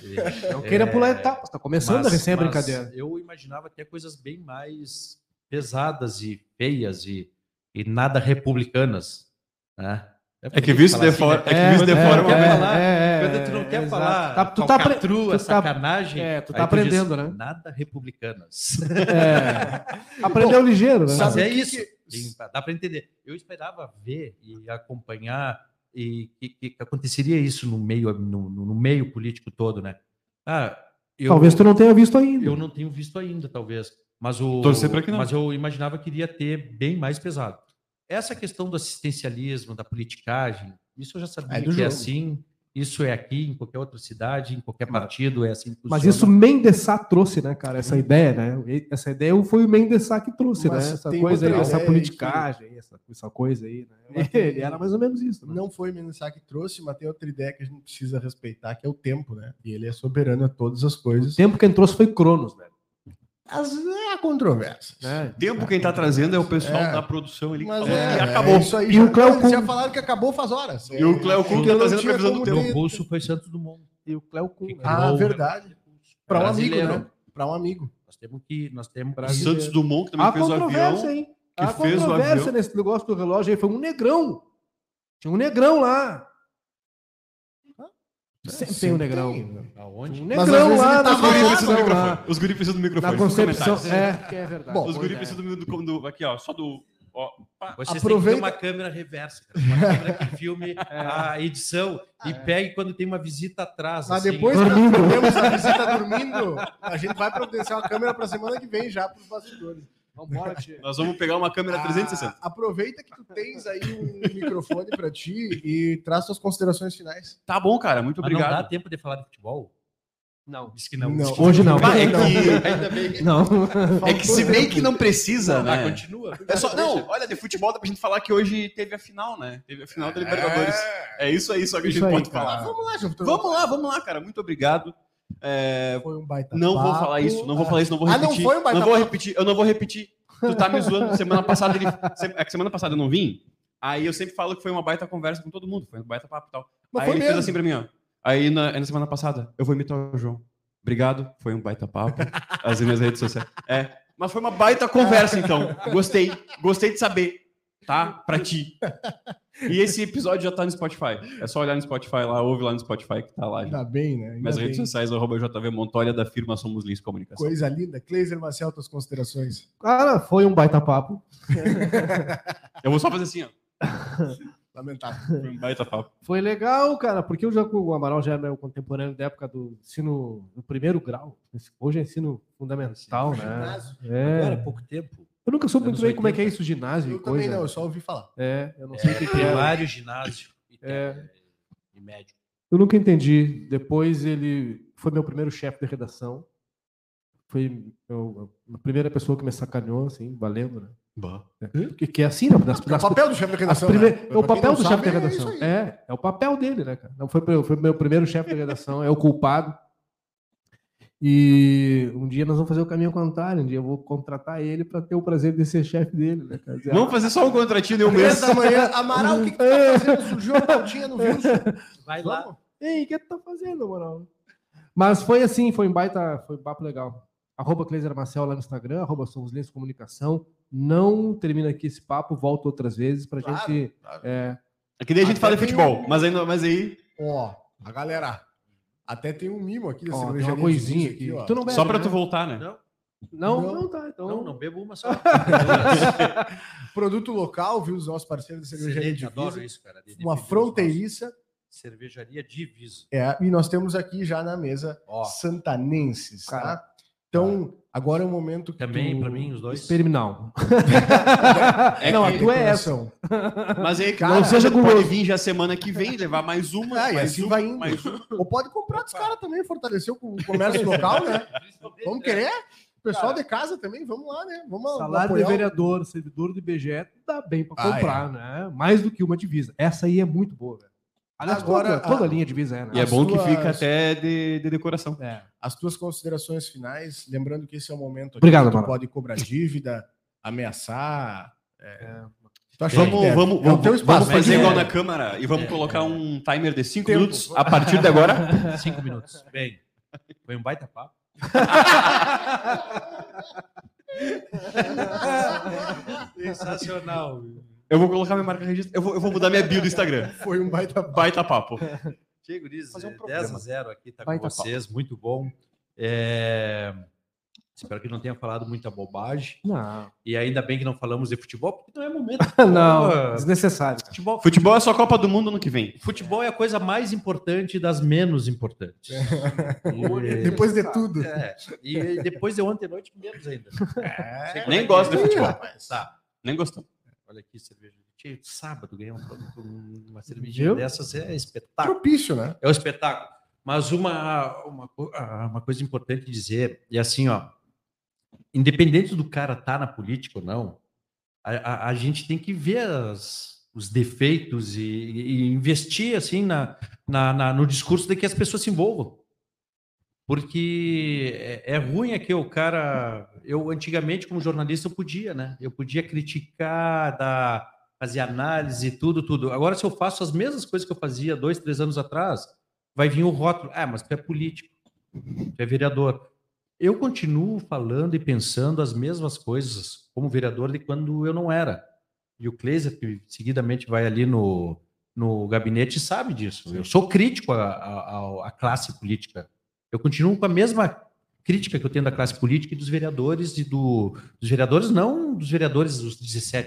É, Não queira pular etapas. Tá começando a recém a brincadeira. eu imaginava até coisas bem mais pesadas e feias e, e nada republicanas, né? É que visto de fora, é que visto de fora é uma é, coisa. é, Quando tu não quer exato. falar Tá- tu tá apre- falcatrua, tu tá- sacanagem, é, tu aí tá aprendendo, diz, né? Nada republicanas. É. Aprendeu ligeiro, né? Mas Sabe é o que isso. que- Tem- Dá para entender. Eu esperava ver e acompanhar e que, que- que aconteceria isso no meio, no, no meio político todo, né? Ah, eu, Talvez tu não tenha visto ainda. eu não tenho visto ainda, talvez. Mas, o, Torcer pra que não. mas eu imaginava que iria ter bem mais pesado. Essa questão do assistencialismo, da politicagem, isso eu já sabia É do que é jogo. assim. Isso é aqui, em qualquer outra cidade, em qualquer partido, é assim que Mas funciona. isso Mendes Sá trouxe, né, cara? Essa ideia, né? Essa ideia foi o Mendes Sá que trouxe, Mas né? Essa tem coisa aí, outra essa ideia politicagem, essa, essa coisa aí, né? Mas tem- Ele era mais ou menos isso, né? Não foi o Menessá que trouxe, mas tem outra ideia que a gente precisa respeitar, que é o tempo, né? E ele é soberano a todas as O coisas. tempo que ele trouxe foi Cronos, velho. As é controvérsias. Né? Tempo quem tá trazendo é o pessoal É. da produção ali que Mas falou é, que acabou. é isso aí. E já, o Cleo eles já Kuhn- falaram que acabou faz horas. E o Cleo Kuhn Porque tá não trazendo a tinha previsão do como tempo. ter- O pulso foi Santos Dumont. E o Cleo Kuhn, Que né? Ah, criou o verdade. Para um amigo, brasileiro. né? Para um amigo. Nós temos que. Nós temos que Brasileiro. Santos Dumont, que também Há fez o controvérsia, avião. hein? que Há fez o controvérsia avião. nesse negócio do relógio aí. Foi um negrão. Tinha um negrão lá. Sempre tem um negrão. Aonde? Um Mas às negrão vezes lá ele tá na Os guri precisam do concepção microfone. lá. Os guri precisam do microfone. Na concepção. Comentários. É, que é verdade. Bom, Os guri é. precisam do, do, do- aqui, ó, só do Ó, Vocês Aproveita- têm que ter uma câmera reversa, cara. Uma câmera que filme a edição e pegue quando tem uma visita atrás. Mas assim. depois que nós temos a visita dormindo, a gente vai providenciar uma câmera para semana que vem já para os bastidores. Vambora, tia. Nós vamos pegar uma câmera trezentos e sessenta. Ah, aproveita que tu tens aí um microfone para ti e traz suas considerações finais. Tá bom, cara. Muito Mas não dá obrigado. tempo de falar de futebol? Não. Diz que não. Não. Diz que Hoje não. Ah, é que, Ainda bem. Não. é que se bem que não precisa, Ah, né? continua. É só, não, olha, de futebol dá pra gente falar que hoje teve a final, né? Teve a final da Libertadores. É isso aí só que a Isso gente aí, pode cara. falar. Vamos lá, João. Vamos lá, vamos lá, cara. Muito obrigado. É, Foi um baita não vou papo. falar isso, não vou falar isso, não vou Ah, não repetir. foi um baita não vou papo? repetir, eu não vou repetir. Tu tá me zoando. Semana passada ele. É que semana passada eu não vim. Aí eu sempre falo que foi uma baita conversa com todo mundo, foi um baita papo e tal. Mas Aí foi ele mesmo. fez assim pra mim, ó. Aí na, na semana passada, eu vou imitar o João. Obrigado, foi um baita papo. As minhas redes sociais. É, mas foi uma baita conversa, então. Gostei, gostei de saber, tá? Pra ti. E esse episódio já tá no Spotify. É só olhar no Spotify lá, ouve lá no Spotify que tá lá. Já. Ainda bem, né? Ainda Minhas bem. redes sociais, arroba J V Montoya, da firma Somos Lins Comunicação. Coisa linda. Cleiser Marcel, tuas considerações. Cara, foi um baita papo. Eu vou só fazer assim, ó. Lamentável. Foi um baita papo. Foi legal, cara, porque eu já, o Amaral já é meu contemporâneo da época do ensino do primeiro grau. Hoje é ensino fundamental, né? Ginásio. É. Agora, há pouco tempo. Eu nunca soube Anos muito bem como é que é oitenta. isso, ginásio Eu e coisa. também não, eu só ouvi falar. É, eu não sei o que, que é. Primário, ginásio e, É. técnico e médio. Eu nunca entendi. Depois ele foi meu primeiro chefe de redação. Foi eu- a primeira pessoa que me sacaneou, assim, valendo, né? Que, que é assim, né? Das, É o das, papel do chefe de as redação. prime- né? É o Pra quem papel não do chefe sabe, de é redação. isso aí. É, é o papel dele, né, cara? Não foi, foi meu primeiro chefe de redação, é o culpado. E um dia nós vamos fazer o caminho contrário. Um dia eu vou contratar ele para ter o prazer de ser chefe dele, né, cara? Dizer, Vamos fazer só um contratinho de um mês. Três da manhã, Amaral, o que, que tu tá fazendo? Surgiu a pautinha no vírus. Vai Vamos? lá. Ei, o que tu tá fazendo, moral? Mas foi assim, foi um baita, foi um papo legal. Arroba Cleiser Marcel lá no Instagram, arroba Somos Lins Comunicação. Não termina aqui esse papo, volto outras vezes pra Claro, gente. claro. É, Aqui daí a gente Até fala de tem futebol, um- mas aí, não- mas aí Ó, a galera. Até tem um mimo aqui da ó, tem cervejaria uma coisinha Diniz aqui. ó. Tu não bebe, só pra né? tu voltar, né? Não, Não, Não. não, tá. Então, não, não bebo uma só. Produto local, viu? Os nossos parceiros da cervejaria Excelente, adoro Divisa. isso, cara. de Uma defender os fronteiriça. nossos. Cervejaria Divisa. É, e nós temos aqui já na mesa Ó, santanenses, Cara. tá? Então, agora é o momento que também, tu... pra mim, os dois. Terminal. É não, que- a tua é essa. Coração. Mas aí, Cara, cara, não seja pode guloso. vir já semana que vem, levar mais uma, Ah, e mais assim uma, vai indo. mais uma. Ou pode comprar dos caras também, fortalecer o comércio local, né? Vamos querer? O pessoal de casa também, vamos lá, né? Vamos Salário de apoiar o- vereador, servidor do I B G E, dá bem pra Ah, comprar, né? Mais do que uma divisa. Essa aí é muito boa, velho. Aliás, Agora, toda, toda a- linha de divisa é, né? E é As bom que tuas- fica até de, de decoração. É. As tuas considerações finais, lembrando que esse é o momento aqui Obrigado, que tu Amaral. pode cobrar dívida, ameaçar. é. Tu acha Vamos, que deve? vamos, É o vamos, teu espaço. vamos fazer É. igual na Câmara e vamos É. colocar um timer de cinco Tempo. minutos a partir de agora. Cinco minutos. Bem, foi um baita papo. Sensacional. Eu vou colocar minha marca registrada. Eu vou, eu vou mudar minha bio do Instagram. Foi um baita. Baita papo. Chego disso, Fazer um dez programa. a zero aqui, tá Baita com vocês, muito bom. É, Espero que não tenha falado muita bobagem. Não, E ainda bem que não falamos de futebol, porque não é momento. não, Pô, desnecessário. futebol, Futebol é só Copa do Mundo no que vem. futebol é a coisa mais importante das menos importantes. E- Depois de tudo. É, e depois de ontem à noite, menos ainda. É. Nem gosto de futebol. rapaz. Tá. Nem gostou. Olha aqui, cerveja. Tchê, sábado ganhar um- uma cervejinha Viu? dessas é espetáculo. Propício, né? É um espetáculo. Mas uma, uma, co- ah, uma coisa importante dizer, é assim, ó, independente do cara estar na política ou não, a, a, a gente tem que ver as- os defeitos e, e investir assim na, na, na- no discurso de que as pessoas se envolvam. Porque é, é ruim aqui o cara. Eu, antigamente, como jornalista, eu podia, né? Eu podia criticar, dar, fazer análise, tudo, tudo. Agora, se eu faço as mesmas coisas que eu fazia dois, três anos atrás, vai vir o rótulo. Ah, mas tu é político, tu é vereador. Eu continuo falando e pensando as mesmas coisas como vereador de quando eu não era. E o Cleiser, que seguidamente vai ali no, no gabinete, sabe disso. Eu sou crítico à, à, à classe política. Eu continuo com a mesma crítica que eu tenho da classe política e dos vereadores, e do, dos vereadores, não dos vereadores dos dezessete,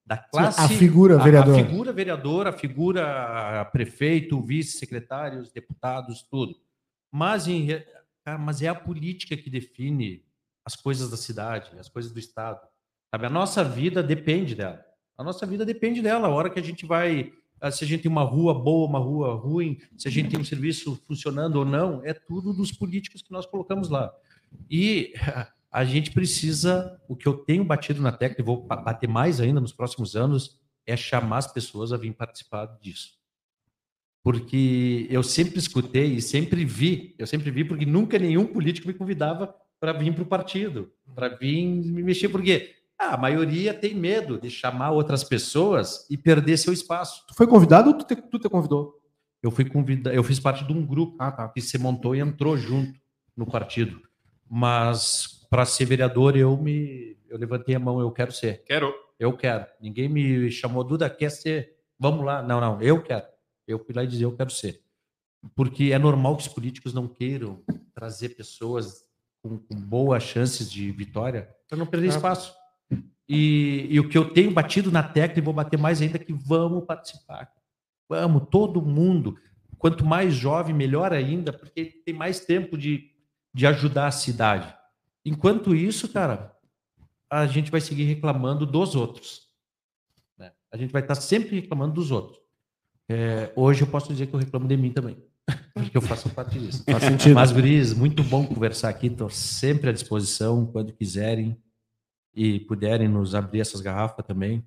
da classe... A figura vereador. A, a figura vereador, a figura prefeito, vice-secretários, deputados, tudo. Mas, em, cara, mas é a política que define as coisas da cidade, as coisas do Estado. Sabe? A nossa vida depende dela. A nossa vida depende dela. A hora que a gente vai... Se a gente tem uma rua boa, uma rua ruim, se a gente tem um serviço funcionando ou não, é tudo dos políticos que nós colocamos lá. E a gente precisa, o que eu tenho batido na tecla, e vou bater mais ainda nos próximos anos, é chamar as pessoas a vir participar disso. Porque eu sempre escutei e sempre vi, eu sempre vi, porque nunca nenhum político me convidava para vir para o partido, para vir me mexer, porque a maioria tem medo de chamar outras pessoas e perder seu espaço. Tu foi convidado ou tu te, tu te convidou? Eu fui convidado, eu fiz parte de um grupo ah, tá. que se montou e entrou junto no partido. Mas para ser vereador eu me eu levantei a mão, eu quero ser. Quero. Eu quero. Ninguém me chamou, Duda, quer ser? Vamos lá. Não, não, eu quero. Eu fui lá e dizer, eu quero ser. Porque é normal que os políticos não queiram trazer pessoas com, com boas chances de vitória para não perder espaço. E, e o que eu tenho batido na tecla, e vou bater mais ainda, é que vamos participar. Vamos, todo mundo. Quanto mais jovem, melhor ainda, porque tem mais tempo de, de ajudar a cidade. Enquanto isso, cara, a gente vai seguir reclamando dos outros. Né? A gente vai estar sempre reclamando dos outros. É, hoje eu posso dizer que eu reclamo de mim também, porque eu faço parte disso. Faz sentido. Mas, guris, muito bom conversar aqui, estou sempre à disposição, quando quiserem. E puderem nos abrir essas garrafas também.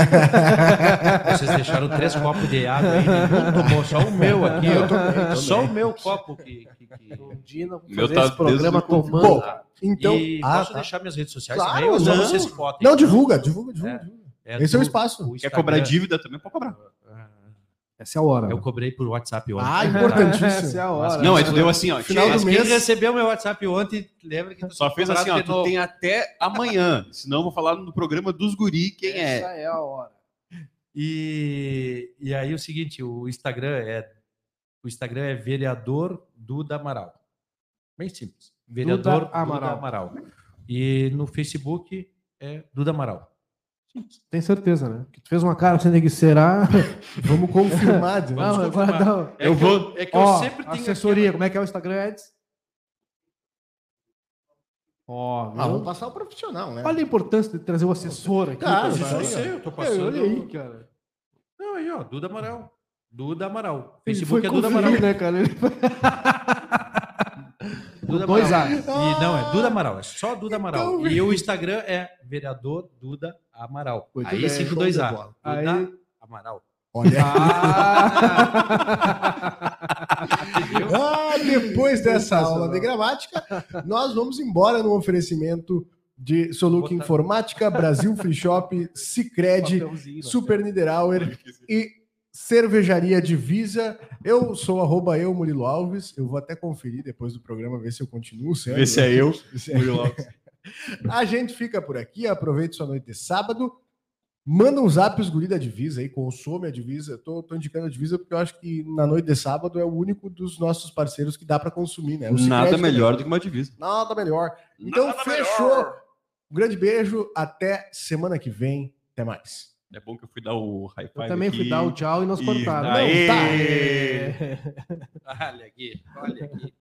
Vocês deixaram três copos de água aí, nenhum tomou, só o meu aqui. Eu ó. também, também. Só o meu copo que... que, que... Um dia não Meu fazer tá esse programa desde o- tomando. Bom, então. E Ah, posso tá. deixar minhas redes sociais Claro, também? Ou só não. vocês fotem? Não, divulga, divulga, divulga. É. divulga. É Esse é o do- espaço. o Quer Instagram. cobrar dívida também, pode cobrar. Essa é a hora. Eu cobrei por WhatsApp ontem. Ah, importantíssimo. Essa é a hora. Não, aí tu deu assim, ó. Final tchê, do Quem mês. recebeu meu WhatsApp ontem, lembra que tu Só fez assim, ó. de Tu novo. tem até amanhã. Senão eu vou falar no programa dos guri quem é. Essa é a hora. E, e aí o seguinte, o Instagram é o Instagram é vereador Duda Amaral. Bem simples. Vereador Duda Amaral. Amaral. E no Facebook é Duda Amaral. Tem certeza, né? Que tu fez uma cara sem que será. Vamos confirmar. Deus. Não, Vamos agora confirmar. não. É Eu que vou- eu, é que eu Ó, sempre tenho assessoria, como é que é o Instagram, Eds? Ó, Ah, viu? vamos passar o profissional, né? Olha a importância de trazer o assessor aqui. Claro, pra- isso aí, Eu sei, eu tô É, passando. olha aí, cara. Não, aí, ó, Duda Amaral. Duda Amaral. Ele Facebook foi é Duda conferir, Amaral. né, cara? Ele foi- Duda Dois Amaral. A's. E não, é Duda Amaral, é só Duda Amaral. Então, E o Instagram é vereador Duda Amaral. Muito aí bem, sim com show dois de A. bola. Duda Aí- Amaral. Olha. Ah! Ah, depois dessa aula de gramática, nós vamos embora no oferecimento de Soluc Botar- Informática, Brasil Free Shop, Sicredi, Papelzinho, né? Super Niederauer e Cervejaria Divisa. Eu sou arroba eu, Murilo Alves. Eu vou até conferir depois do programa, ver se eu continuo sendo. Vê se é eu. Se é eu. A gente fica por aqui. Aproveite sua noite de sábado. Manda um zap os guri da divisa aí, consome a divisa. Eu tô, tô indicando a divisa porque eu acho que na noite de sábado é o único dos nossos parceiros que dá para consumir, né? O Nada Sicredi melhor também. do que uma divisa. Nada melhor. Então, Nada fechou. melhor. Um grande beijo. Até semana que vem. Até mais. É bom que eu fui dar o high five Eu também fui aqui. dar o tchau e nós E- cortaram. Aê! Não, tá. Olha aqui, olha aqui.